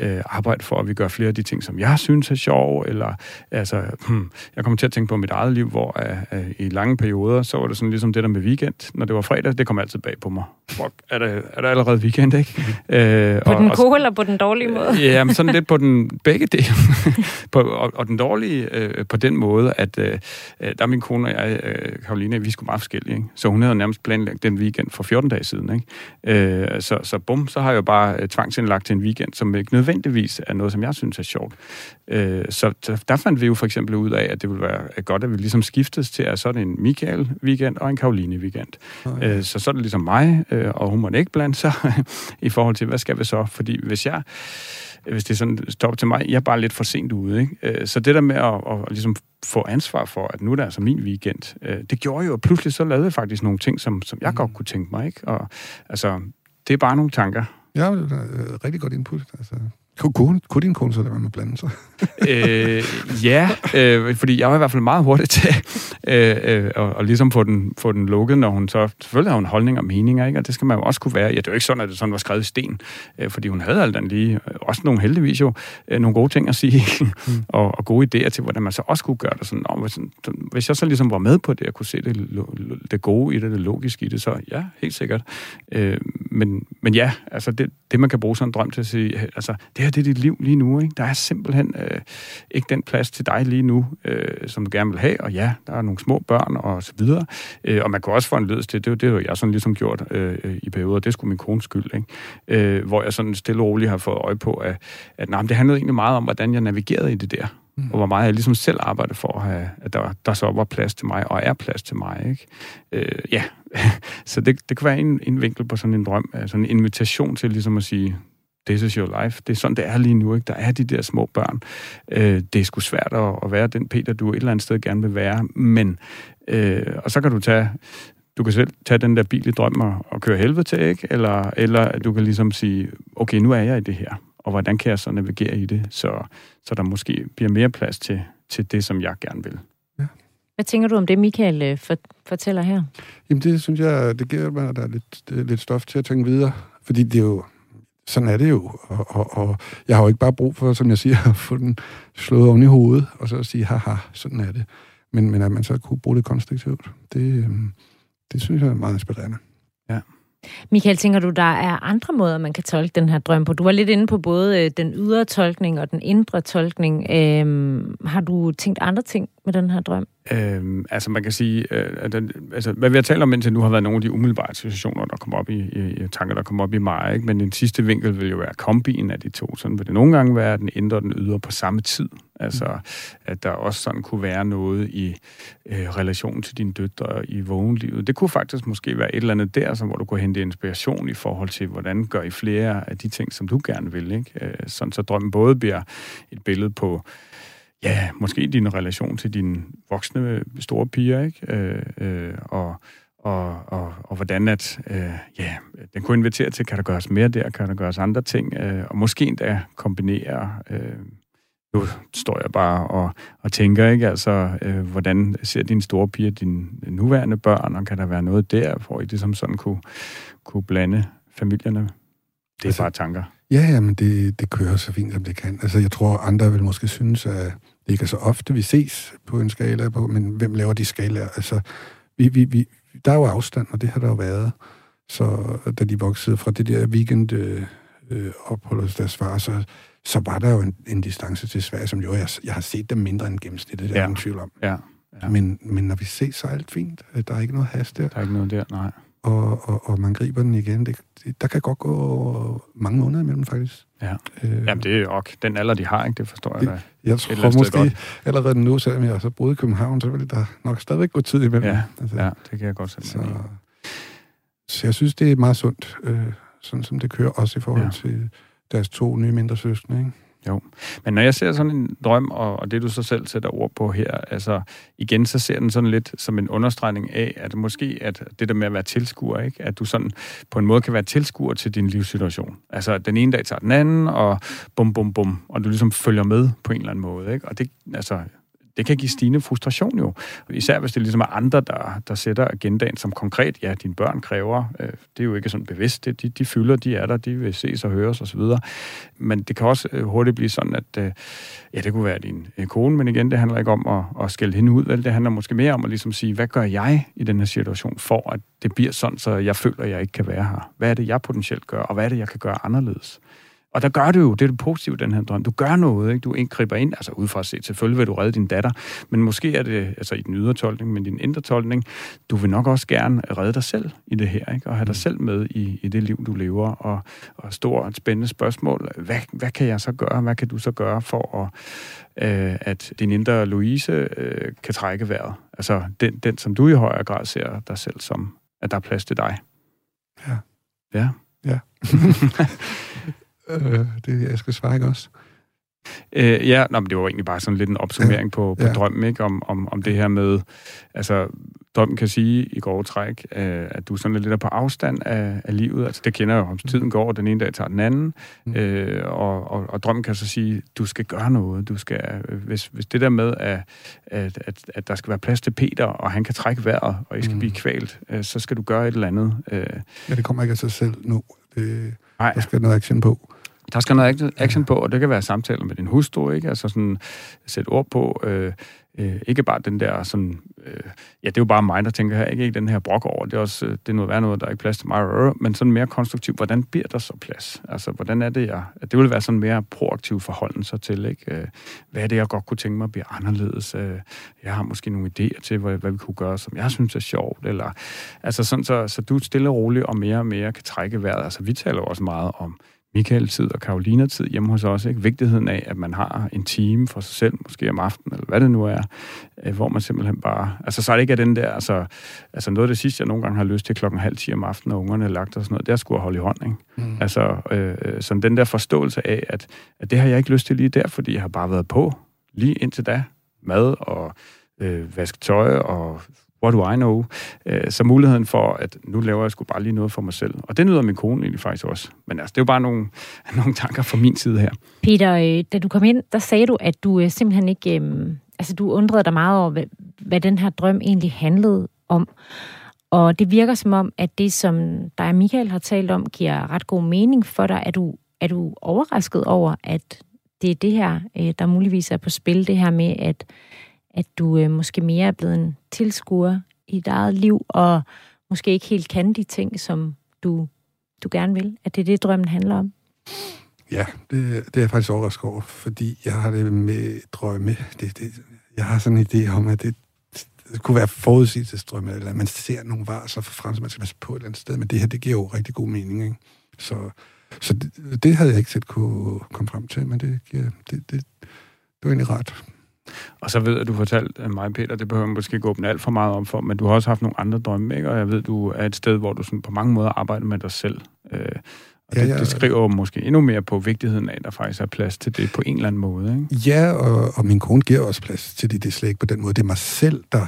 øh, arbejde for, at vi gør flere af de ting, som jeg synes er sjov, eller altså, hmm, jeg kommer til at tænke på mit eget liv, hvor øh, øh, i lange perioder, så var det sådan ligesom det der med weekend. Når det var fredag, det kom altid bag på mig. Fuck, er der, er der allerede weekend, ikke? Mm. Øh, på og, den gode og, eller på den dårlige måde? Ja, men sådan lidt på den begge dele. på, og, og den dårlige øh, på den måde, at øh, der er min kone og jeg, øh, Karoline, vi skulle meget forskellige, ikke? Så hun havde nærmest planlagt den weekend for fjorten dage siden, ikke? Øh, så, så bum, så har jeg jo bare øh, tvangsindlagt til en weekend, som ikke nødvendigvis er noget, som jeg synes er sjovt. Øh, så der fandt vi jo for eksempel ud af, at det ville være godt, at vi ligesom skiftes til, at så er det en Michael-weekend og en Karoline-weekend. Okay. Øh, så så er det ligesom mig, øh, og hun må ikke blande sig i forhold til, hvad skal vi så? Fordi hvis jeg hvis det er sådan stopper til mig, jeg er bare lidt for sent ude, ikke? Så det der med at, at, at ligesom få ansvar for, at nu er det altså min weekend, det gjorde jo, at pludselig så lavede jeg faktisk nogle ting, som, som jeg godt kunne tænke mig, ikke? Og altså, det er bare nogle tanker. Ja, det er rigtig godt input, altså. Kunne, kunne din kone så lade være med at blande sig? øh, ja, øh, fordi jeg var i hvert fald meget hurtig til øh, øh, og, og ligesom få den, få den lukket, når hun så... Selvfølgelig har hun holdning og meninger, ikke? Og det skal man jo også kunne være. Ja, det er jo ikke sådan, at det sådan var skrevet i sten, øh, fordi hun havde alt den lige, også nogle heldigvis jo, øh, nogle gode ting at sige, mm. og, og gode idéer til, hvordan man så også kunne gøre det sådan. Og hvis, hvis jeg så ligesom var med på det, og kunne se det, det gode i det, det logiske i det, så ja, helt sikkert. Øh, men, men ja, altså det, det, man kan bruge sådan en drøm til at sige, altså det her, det er dit liv lige nu, ikke? Der er simpelthen øh, ikke den plads til dig lige nu, øh, som du gerne vil have, og ja, der er nogle små børn og så videre, øh, og man kan også få en ledelse til, det, det har jeg sådan ligesom gjort øh, i perioder, det skulle min kones skyld, ikke? Øh, hvor jeg sådan stille og roligt har fået øje på, at, at nej, det handlede egentlig meget om, hvordan jeg navigerede i det der, mm. og hvor meget jeg ligesom selv arbejdede for, at, have, at der, der så var plads til mig, og er plads til mig, ikke? Øh, ja, så det, det kan være en, en vinkel på sådan en drøm, sådan en invitation til ligesom at sige, this is your life. Det er sådan, det er lige nu, ikke? Der er de der små børn. Øh, det er sgu svært at, at være den Peter, du et eller andet sted gerne vil være. Men, øh, og så kan du tage, du kan selv tage den der bil i drøm og, og køre helvede til, ikke? Eller, eller du kan ligesom sige, okay, nu er jeg i det her, og hvordan kan jeg så navigere i det, så, så der måske bliver mere plads til, til det, som jeg gerne vil. Ja. Hvad tænker du om det, Michael for, fortæller her? Jamen det synes jeg, det giver mig der lidt, lidt stof til at tænke videre, fordi det er jo sådan er det jo, og, og, og jeg har jo ikke bare brug for, som jeg siger, at få den slået oven i hovedet, og så at sige, haha, sådan er det. Men, men at man så kunne bruge det konstruktivt, det, det synes jeg er meget inspirerende. Ja. Michael, tænker du, der er andre måder, man kan tolke den her drøm på? Du var lidt inde på både den ydre tolkning og den indre tolkning. Øhm, har du tænkt andre ting med den her drøm? Øhm, altså man kan sige, øh, at den, altså, hvad vi har talt om indtil nu har været nogle af de umiddelbare situationer, der kommer op i, i, i tanker, der kommer op i mig, ikke? Men den sidste vinkel vil jo være kombinen af de to. Sådan vil det nogle gange være den indre og den ydre på samme tid. Altså, at der også sådan kunne være noget i øh, relation til dine døtre i vågenlivet. Det kunne faktisk måske være et eller andet der, som, hvor du kunne hente inspiration i forhold til, hvordan gør I flere af de ting, som du gerne vil, ikke? Øh, sådan så drømmen både bliver et billede på, ja, måske din relation til dine voksne store piger, ikke? Øh, øh, og, og, og, og hvordan at, øh, ja, den kunne invitere til, kan der gøres mere der, kan der gøres andre ting, øh, og måske endda kombinere. Øh, nu står jeg bare og, og tænker, ikke? Altså, øh, hvordan ser dine store piger dine nuværende børn, og kan der være noget der, hvor I ligesom sådan kunne, kunne blande familierne? Det er altså, bare tanker. Ja, ja, men det, det kører så fint, som det kan. Altså, jeg tror, andre vil måske synes, at det ikke er så ofte, vi ses på en skala, på, men hvem laver de skalaer? Altså, vi, vi, vi, der er jo afstand, og det har der jo været. Så da de voksede fra det der weekend øh, øh, ophold hos deres far, så, så var der jo en, en distance til Sverige, som jo, jeg, jeg har set dem mindre end gennemsnittet, det er ja. ingen tvivl om. Ja. Ja. Men, men når vi ses, så er alt fint. Der er ikke noget hast der. Der er ikke noget der, nej. Og, og, og man griber den igen. Det, det, der kan godt gå mange måneder imellem, faktisk. Ja, øh, Jamen, det er jo også den alder, de har, ikke? Det forstår jeg da. Jeg tror måske godt. Allerede nu, selvom jeg så boede i København, så ville der nok stadigvæk gå tid imellem. Ja, altså, ja det kan jeg godt sætte så, så jeg synes, det er meget sundt, øh, sådan som det kører, også i forhold ja. til deres to nye mindre søskende, ikke? Jo, men når jeg ser sådan en drøm, og, og det du så selv sætter ord på her, altså igen, så ser den sådan lidt som en understregning af, at måske at det der med at være tilskuer, ikke? At du sådan på en måde kan være tilskuer til din livssituation. Altså den ene dag tager den anden, og bum, bum, bum, og du ligesom følger med på en eller anden måde, ikke? Og det, altså, det det kan give stigende frustration jo. Især hvis det ligesom er andre, der, der sætter agendaen som konkret. Ja, dine børn kræver. Øh, det er jo ikke sådan bevidst. Det, de, de fylder, de er der, de vil ses og høres osv. Men det kan også øh, hurtigt blive sådan, at øh, ja, det kunne være din øh, kone, men igen, det handler ikke om at, at skælde hende ud. Vel? Det handler måske mere om at ligesom sige, hvad gør jeg i den her situation for, at det bliver sådan, så jeg føler, at jeg ikke kan være her? Hvad er det, jeg potentielt gør, og hvad er det, jeg kan gøre anderledes? Og der gør du jo, det er det positive, den her drøm. Du gør noget, ikke? Du indgriber ind, altså udefra at se, selvfølgelig vil du redde din datter, men måske er det, altså i den ydre tolkning, men din indre tolkning, du vil nok også gerne redde dig selv i det her, ikke? Og have dig selv med i, i det liv, du lever, og, og stort, spændende spørgsmål. Hvad, hvad kan jeg så gøre? Hvad kan du så gøre for, at, øh, at din indre Louise øh, kan trække vejret? Altså den, den, som du i højere grad ser dig selv som, at der er plads til dig. Ja. Ja. Ja. Øh, det jeg skal svare, ikke også? Øh, ja, nå, men det var egentlig bare sådan lidt en opsummering ja, på, på ja. drømmen, ikke? Om, om, om det her med, altså, drømmen kan sige i grove træk, øh, at du sådan lidt er på afstand af, af livet. Altså, det kender jo, om tiden går, den ene dag tager den anden. Mm. Øh, og, og, og drømmen kan så sige, du skal gøre noget. Du skal, hvis, hvis det der med, at, at, at, at der skal være plads til Peter, og han kan trække vejret, og I skal mm. blive kvalt, øh, så skal du gøre et eller andet. Øh. Ja, det kommer ikke af sig selv nu. Det, der skal noget action på. Der skal noget action på, og det kan være samtaler med din hustru, ikke? Altså sådan, sætte ord på, øh, øh, ikke bare den der sådan, øh, ja, det er jo bare mig, der tænker her, ikke, ikke den her brok over, det er også, det er noget værd noget, der er ikke plads til mig, men sådan mere konstruktivt, hvordan bliver der så plads? Altså, hvordan er det, jeg, det vil være sådan mere proaktiv forholden sig til, ikke? Hvad er det, jeg godt kunne tænke mig at blive anderledes? Jeg har måske nogle idéer til, hvad, hvad vi kunne gøre, som jeg synes er sjovt, eller, altså sådan, så, så du stille og roligt og mere og mere kan trække vejret. Altså, vi taler også meget om Michael-tid og Karolina-tid hjemme hos os, ikke? Vigtigheden af, at man har en time for sig selv, måske om aftenen, eller hvad det nu er, hvor man simpelthen bare, altså så er det ikke af den der, altså, altså noget af det sidste, jeg nogle gange har lyst til klokken halv ti om aftenen, og ungerne er lagt og sådan noget, det er sgu at holde i hånd, ikke? Mm. Altså, øh, sådan den der forståelse af, at, at det har jeg ikke lyst til lige der, fordi jeg har bare været på, lige indtil da, mad og øh, vaske tøj og what do I know? Så muligheden for, at nu laver jeg sgu bare lige noget for mig selv. Og det nyder min kone egentlig faktisk også. Men altså, det er jo bare nogle, nogle tanker fra min side her. Peter, da du kom ind, der sagde du, at du simpelthen ikke... Øh, altså, du undrede dig meget over, hvad, hvad den her drøm egentlig handlede om. Og det virker som om, at det, som dig og Michael har talt om, giver ret god mening for dig. Er du, er du overrasket over, at det er det her, der muligvis er på spil, det her med, at at du øh, måske mere er blevet en tilskuer i dit eget liv, og måske ikke helt kan de ting, som du, du gerne vil? At det er det, drømmen handler om? Ja, det, det er jeg faktisk overrasket over, fordi jeg har det med drømme. Det, det, jeg har sådan en idé om, at det, det kunne være forudsigelsesdrømme, eller man ser nogle varsler for frem, så man skal passe på et eller andet sted, men det her, det giver jo rigtig god mening, ikke? Så, så det, det havde jeg ikke set kunne komme frem til, men det, giver, det, det, det var egentlig ret. Og så ved jeg, at du fortalte mig, Peter, det behøver man måske ikke åbne alt for meget om for, men du har også haft nogle andre drømme, ikke? Og jeg ved, du er et sted, hvor du sådan på mange måder arbejder med dig selv. Øh, og ja, det, ja, det skriver måske endnu mere på vigtigheden af, at der faktisk er plads til det på en eller anden måde, ikke? Ja, og, og min kone giver også plads til det. Det er slet ikke på den måde. Det er mig selv, der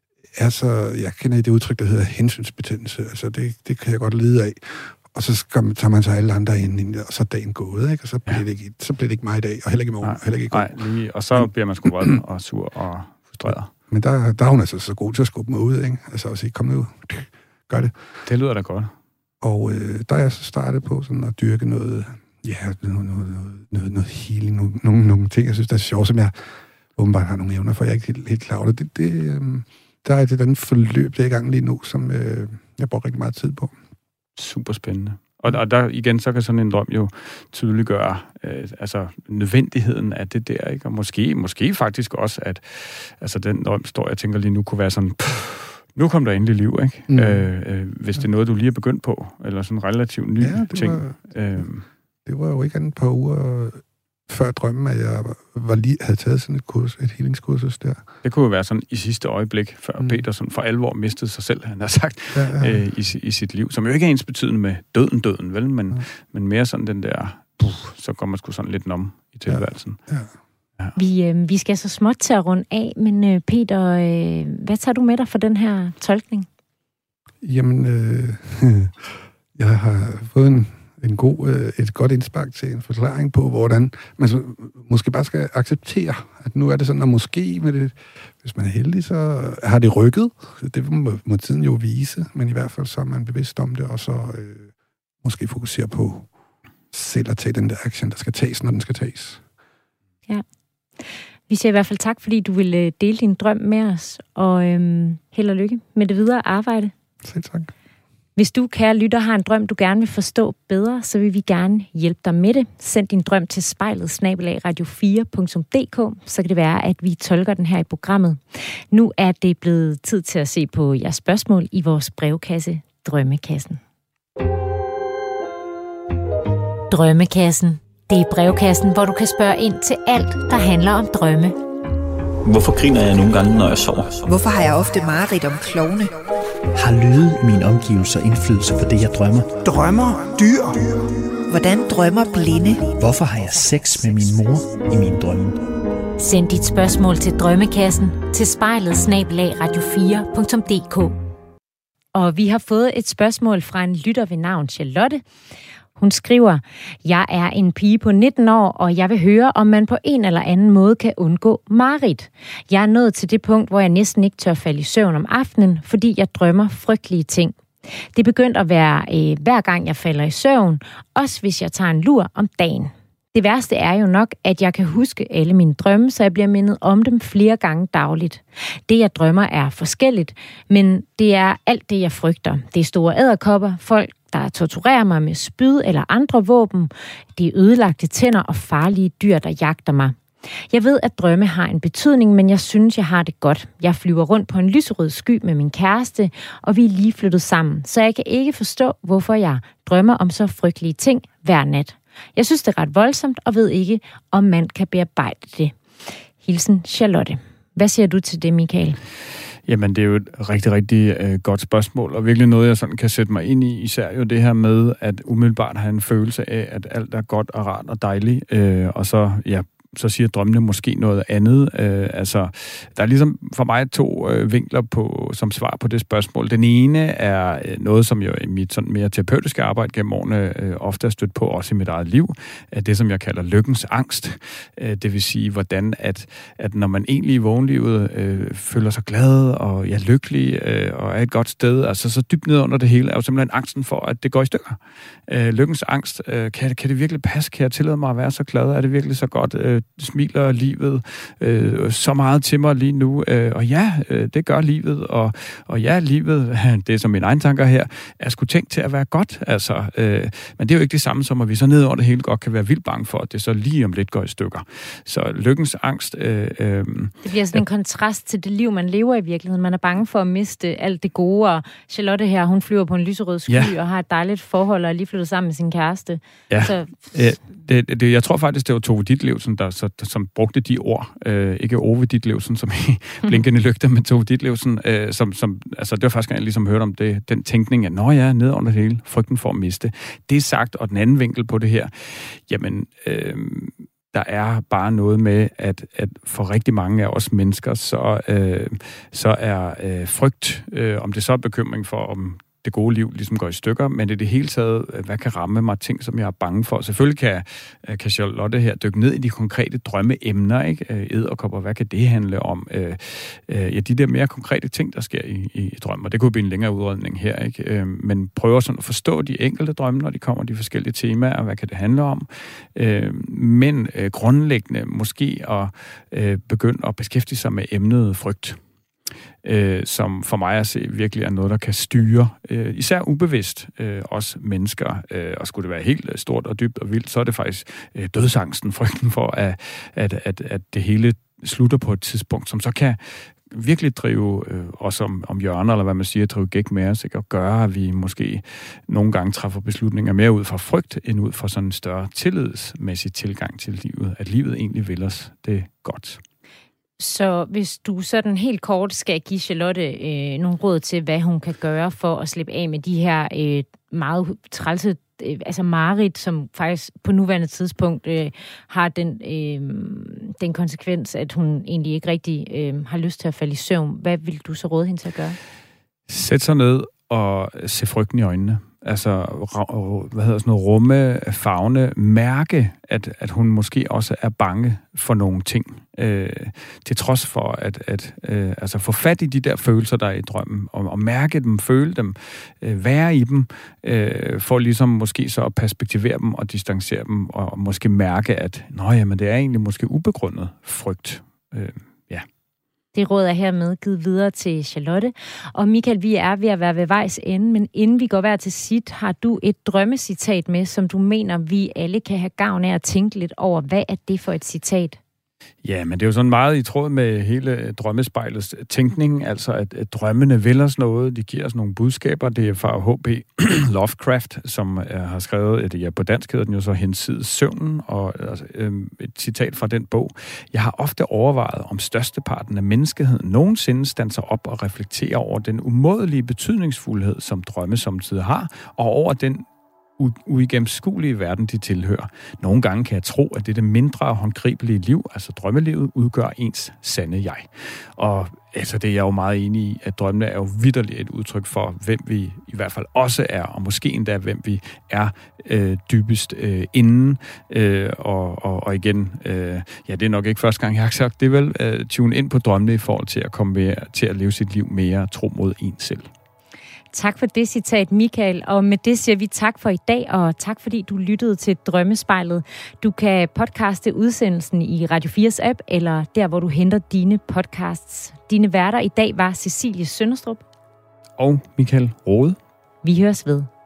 er så... Jeg kender det udtryk, der hedder hensynsbetændelse. Altså, det, det kan jeg godt lide af. Og så tager man så alle andre ind, og så er dagen gået, ikke? Og så bliver, ja. det ikke, så bliver det ikke mig i dag, og heller ikke i morgen, nej, og heller ikke i går. Nej, lige, og så men, bliver man sgu vred og sur og frustreret. Men der, der er hun altså så god til at skubbe mig ud, ikke? Altså at sige, kom nu, gør det. Det lyder da godt. Og øh, der er jeg så startet på sådan at dyrke noget, ja, noget, noget, noget, noget healing, nogle, nogle, nogle ting, jeg synes, der er sjovt, som jeg åbenbart har nogle evner for, jeg er ikke helt, helt klar over det. det, det øh, der er et eller andet forløb, der er i gang lige nu, som øh, jeg bruger rigtig meget tid på. Super spændende. Og, og der igen, så kan sådan en drøm jo tydeliggøre øh, altså nødvendigheden af det der, ikke? Og måske, måske faktisk også, at altså den drøm står, jeg tænker lige nu, kunne være sådan, pff, nu kom der endelig liv, ikke? Mm. Øh, øh, hvis det er noget, du lige er begyndt på, eller sådan en relativt ny ja, ting. Var, øh, det var jo ikke andet par uger før drømmen, at jeg var lige, havde taget sådan et kurs, et healingskursus der. Det kunne jo være sådan i sidste øjeblik, før mm. Peter sådan for alvor mistede sig selv, han har sagt, ja, ja. Øh, i, i sit liv, som jo ikke er ens betydende med døden, døden, vel? Men, ja. men mere sådan den der, puh, så går man sgu sådan lidt nom i tilværelsen. Ja. Ja. Ja. Vi, øh, vi skal så småt til at runde af, men øh, Peter, øh, hvad tager du med dig for den her tolkning? Jamen, øh, jeg har fået en en god, øh, et godt indspark til en forklaring på, hvordan man så, måske bare skal acceptere, at nu er det sådan, at måske med det, hvis man er heldig, så har det rykket. Det må, må tiden jo vise, men i hvert fald så er man bevidst om det, og så øh, måske fokusere på selv at tage den der action, der skal tages, når den skal tages. Ja. Vi siger i hvert fald tak, fordi du ville dele din drøm med os, og øhm, held og lykke med det videre arbejde. Selv tak. Hvis du, kære lytter, har en drøm, du gerne vil forstå bedre, så vil vi gerne hjælpe dig med det. Send din drøm til spejlet snabel-a radio fire punktum d k, så kan det være, at vi tolker den her i programmet. Nu er det blevet tid til at se på jeres spørgsmål i vores brevkasse, Drømmekassen. Drømmekassen. Det er brevkassen, hvor du kan spørge ind til alt, der handler om drømme. Hvorfor griner jeg nogle gange, når jeg sover? Hvorfor har jeg ofte mareridt om klovne? Har lyde i mine omgivelser indflydelse på det, jeg drømmer? Drømmer dyr? Hvordan drømmer blinde? Hvorfor har jeg sex med min mor i mine drømme? Send dit spørgsmål til Drømmekassen til spejlet snabel-a radio fire punktum d k. Og vi har fået et spørgsmål fra en lytter ved navn Charlotte. Hun skriver, jeg er en pige på nitten år, og jeg vil høre, om man på en eller anden måde kan undgå mareridt. Jeg er nået til det punkt, hvor jeg næsten ikke tør falde i søvn om aftenen, fordi jeg drømmer frygtelige ting. Det er begyndt at være øh, hver gang jeg falder i søvn, også hvis jeg tager en lur om dagen. Det værste er jo nok, at jeg kan huske alle mine drømme, så jeg bliver mindet om dem flere gange dagligt. Det jeg drømmer er forskelligt, men det er alt det jeg frygter. Det er store edderkopper, folk der torturerer mig med spyd eller andre våben. Det er ødelagte tænder og farlige dyr, der jagter mig. Jeg ved, at drømme har en betydning, men jeg synes, jeg har det godt. Jeg flyver rundt på en lyserød sky med min kæreste, og vi er lige flyttet sammen, så jeg kan ikke forstå, hvorfor jeg drømmer om så frygtelige ting hver nat. Jeg synes, det er ret voldsomt, og ved ikke, om man kan bearbejde det. Hilsen Charlotte. Hvad siger du til det, Michael? Jamen, det er jo et rigtig, rigtig øh, godt spørgsmål, og virkelig noget, jeg sådan kan sætte mig ind i, især jo det her med, at umiddelbart have en følelse af, at alt er godt og rart og dejligt, øh, og så, ja, så siger drømmene måske noget andet. Øh, altså, der er ligesom for mig to øh, vinkler på, som svar på det spørgsmål. Den ene er øh, noget, som jo i mit sådan mere terapeutiske arbejde gennem årene øh, ofte er stødt på, også i mit eget liv. Øh, det, som jeg kalder lykkens angst. Øh, det vil sige, hvordan at, at når man egentlig i vågenlivet øh, føler sig glad og ja, lykkelig øh, og er et godt sted, altså så dybt ned under det hele, er jo simpelthen angsten for, at det går i stykker. Øh, lykkens angst, øh, kan, kan det virkelig passe? Kan jeg tillade mig at være så glad? Er det virkelig så godt? Øh, smiler livet øh, så meget til mig lige nu, øh, og ja, øh, det gør livet, og, og ja, livet, det er som mine egne tanker her, er sgu tænkt til at være godt, altså, øh, men det er jo ikke det samme som, at vi så ned over det hele godt kan være vildt bange for, at det så lige om lidt går i stykker. Så lykkens angst... Øh, øh, det bliver sådan ja. en kontrast til det liv, man lever i virkeligheden. Man er bange for at miste alt det gode, og Charlotte her, hun flyver på en lyserød sky, ja. og har et dejligt forhold, og er lige flyttet sammen med sin kæreste. Ja, så... ja det, det, jeg tror faktisk, det var Tove Ditlevsen, der så som brugte de ord, øh, ikke Ove Ditlevsen, som i Blinkende Lygter, men Tove Ditlevsen, øh, som, som, altså det var faktisk, jeg ligesom hørte om det, den tænkning, at nå ja, ned under det hele, frygten for at miste. Det er sagt, og den anden vinkel på det her, jamen, øh, der er bare noget med, at, at for rigtig mange af os mennesker, så, øh, så er øh, frygt, øh, om det så er bekymring for, om det gode liv ligesom går i stykker, men i det hele taget, hvad kan ramme mig, ting, som jeg er bange for. Selvfølgelig kan, kan Charlotte her dykke ned i de konkrete drømmeemner, ikke? Edderkopper, hvad kan det handle om? Øh, øh, ja, de der mere konkrete ting, der sker i, i drømme, og det kunne blive en længere udredning her, ikke? Øh, men prøver sådan at forstå de enkelte drømme, når de kommer, de forskellige temaer, og hvad kan det handle om? Øh, men øh, grundlæggende måske at øh, begynde at beskæftige sig med emnet frygt. Øh, som for mig at se virkelig er noget, der kan styre, øh, især ubevidst, øh, os mennesker. Øh, og skulle det være helt stort og dybt og vildt, så er det faktisk øh, dødsangsten, frygten for, at, at, at, at det hele slutter på et tidspunkt, som så kan virkelig drive øh, os om, om hjørner, eller hvad man siger, drive gæk med os, ikke? Og gøre, at vi måske nogle gange træffer beslutninger mere ud fra frygt, end ud fra sådan en større tillidsmæssig tilgang til livet. At livet egentlig vil os det godt. Så hvis du sådan helt kort skal give Charlotte øh, nogle råd til, hvad hun kan gøre for at slippe af med de her øh, meget trælse, øh, altså mareridt, som faktisk på nuværende tidspunkt øh, har den, øh, den konsekvens, at hun egentlig ikke rigtig øh, har lyst til at falde i søvn. Hvad vil du så råde hende til at gøre? Sæt sig ned og se frygten i øjnene. Altså, hvad hedder sådan noget, rumme, favne, mærke, at, at hun måske også er bange for nogle ting. Øh, til trods for at, at øh, altså få fat i de der følelser, der er i drømmen, og, og mærke dem, føle dem, øh, være i dem, øh, for ligesom måske så at perspektivere dem og distancere dem, og, og måske mærke, at nå, jamen, det er egentlig måske ubegrundet frygt. Øh, ja. Det råd er hermed givet videre til Charlotte. Og Michael, vi er ved at være ved vejs ende, men inden vi går hver til sit, har du et drømmecitat med, som du mener, vi alle kan have gavn af at tænke lidt over. Hvad er det for et citat? Ja, men det er jo sådan meget i tråd med hele drømmespejlets tænkning, altså at, at drømmene vil os noget, de giver os nogle budskaber. Det er fra H P Lovecraft, som er, har skrevet, at ja, på dansk hedder den jo så Hinsides søvnen, og altså, øhm, et citat fra den bog. Jeg har ofte overvejet, om størsteparten af menneskeheden nogensinde standser op og reflekterer over den umådelige betydningsfuldhed, som drømme samtidig har, og over den uigennemskuelige verden, de tilhører. Nogle gange kan jeg tro, at det, det mindre håndgribelige liv, altså drømmelivet, udgør ens sande jeg. Og altså, det er jeg jo meget enig i, at drømmene er jo vitterligt et udtryk for, hvem vi i hvert fald også er, og måske endda, hvem vi er øh, dybest øh, inden. Øh, og, og, og igen, øh, ja, det er nok ikke første gang, jeg har sagt, det er vel øh, tune ind på drømmene i forhold til at komme mere, til at leve sit liv mere tro mod en selv. Tak for det citat, Michael. Og med det siger vi tak for i dag, og tak fordi du lyttede til Drømmespejlet. Du kan podcaste udsendelsen i Radio fires app, eller der, hvor du henter dine podcasts. Dine værter i dag var Cecilie Sønderstrup og Michael Rode. Vi høres ved.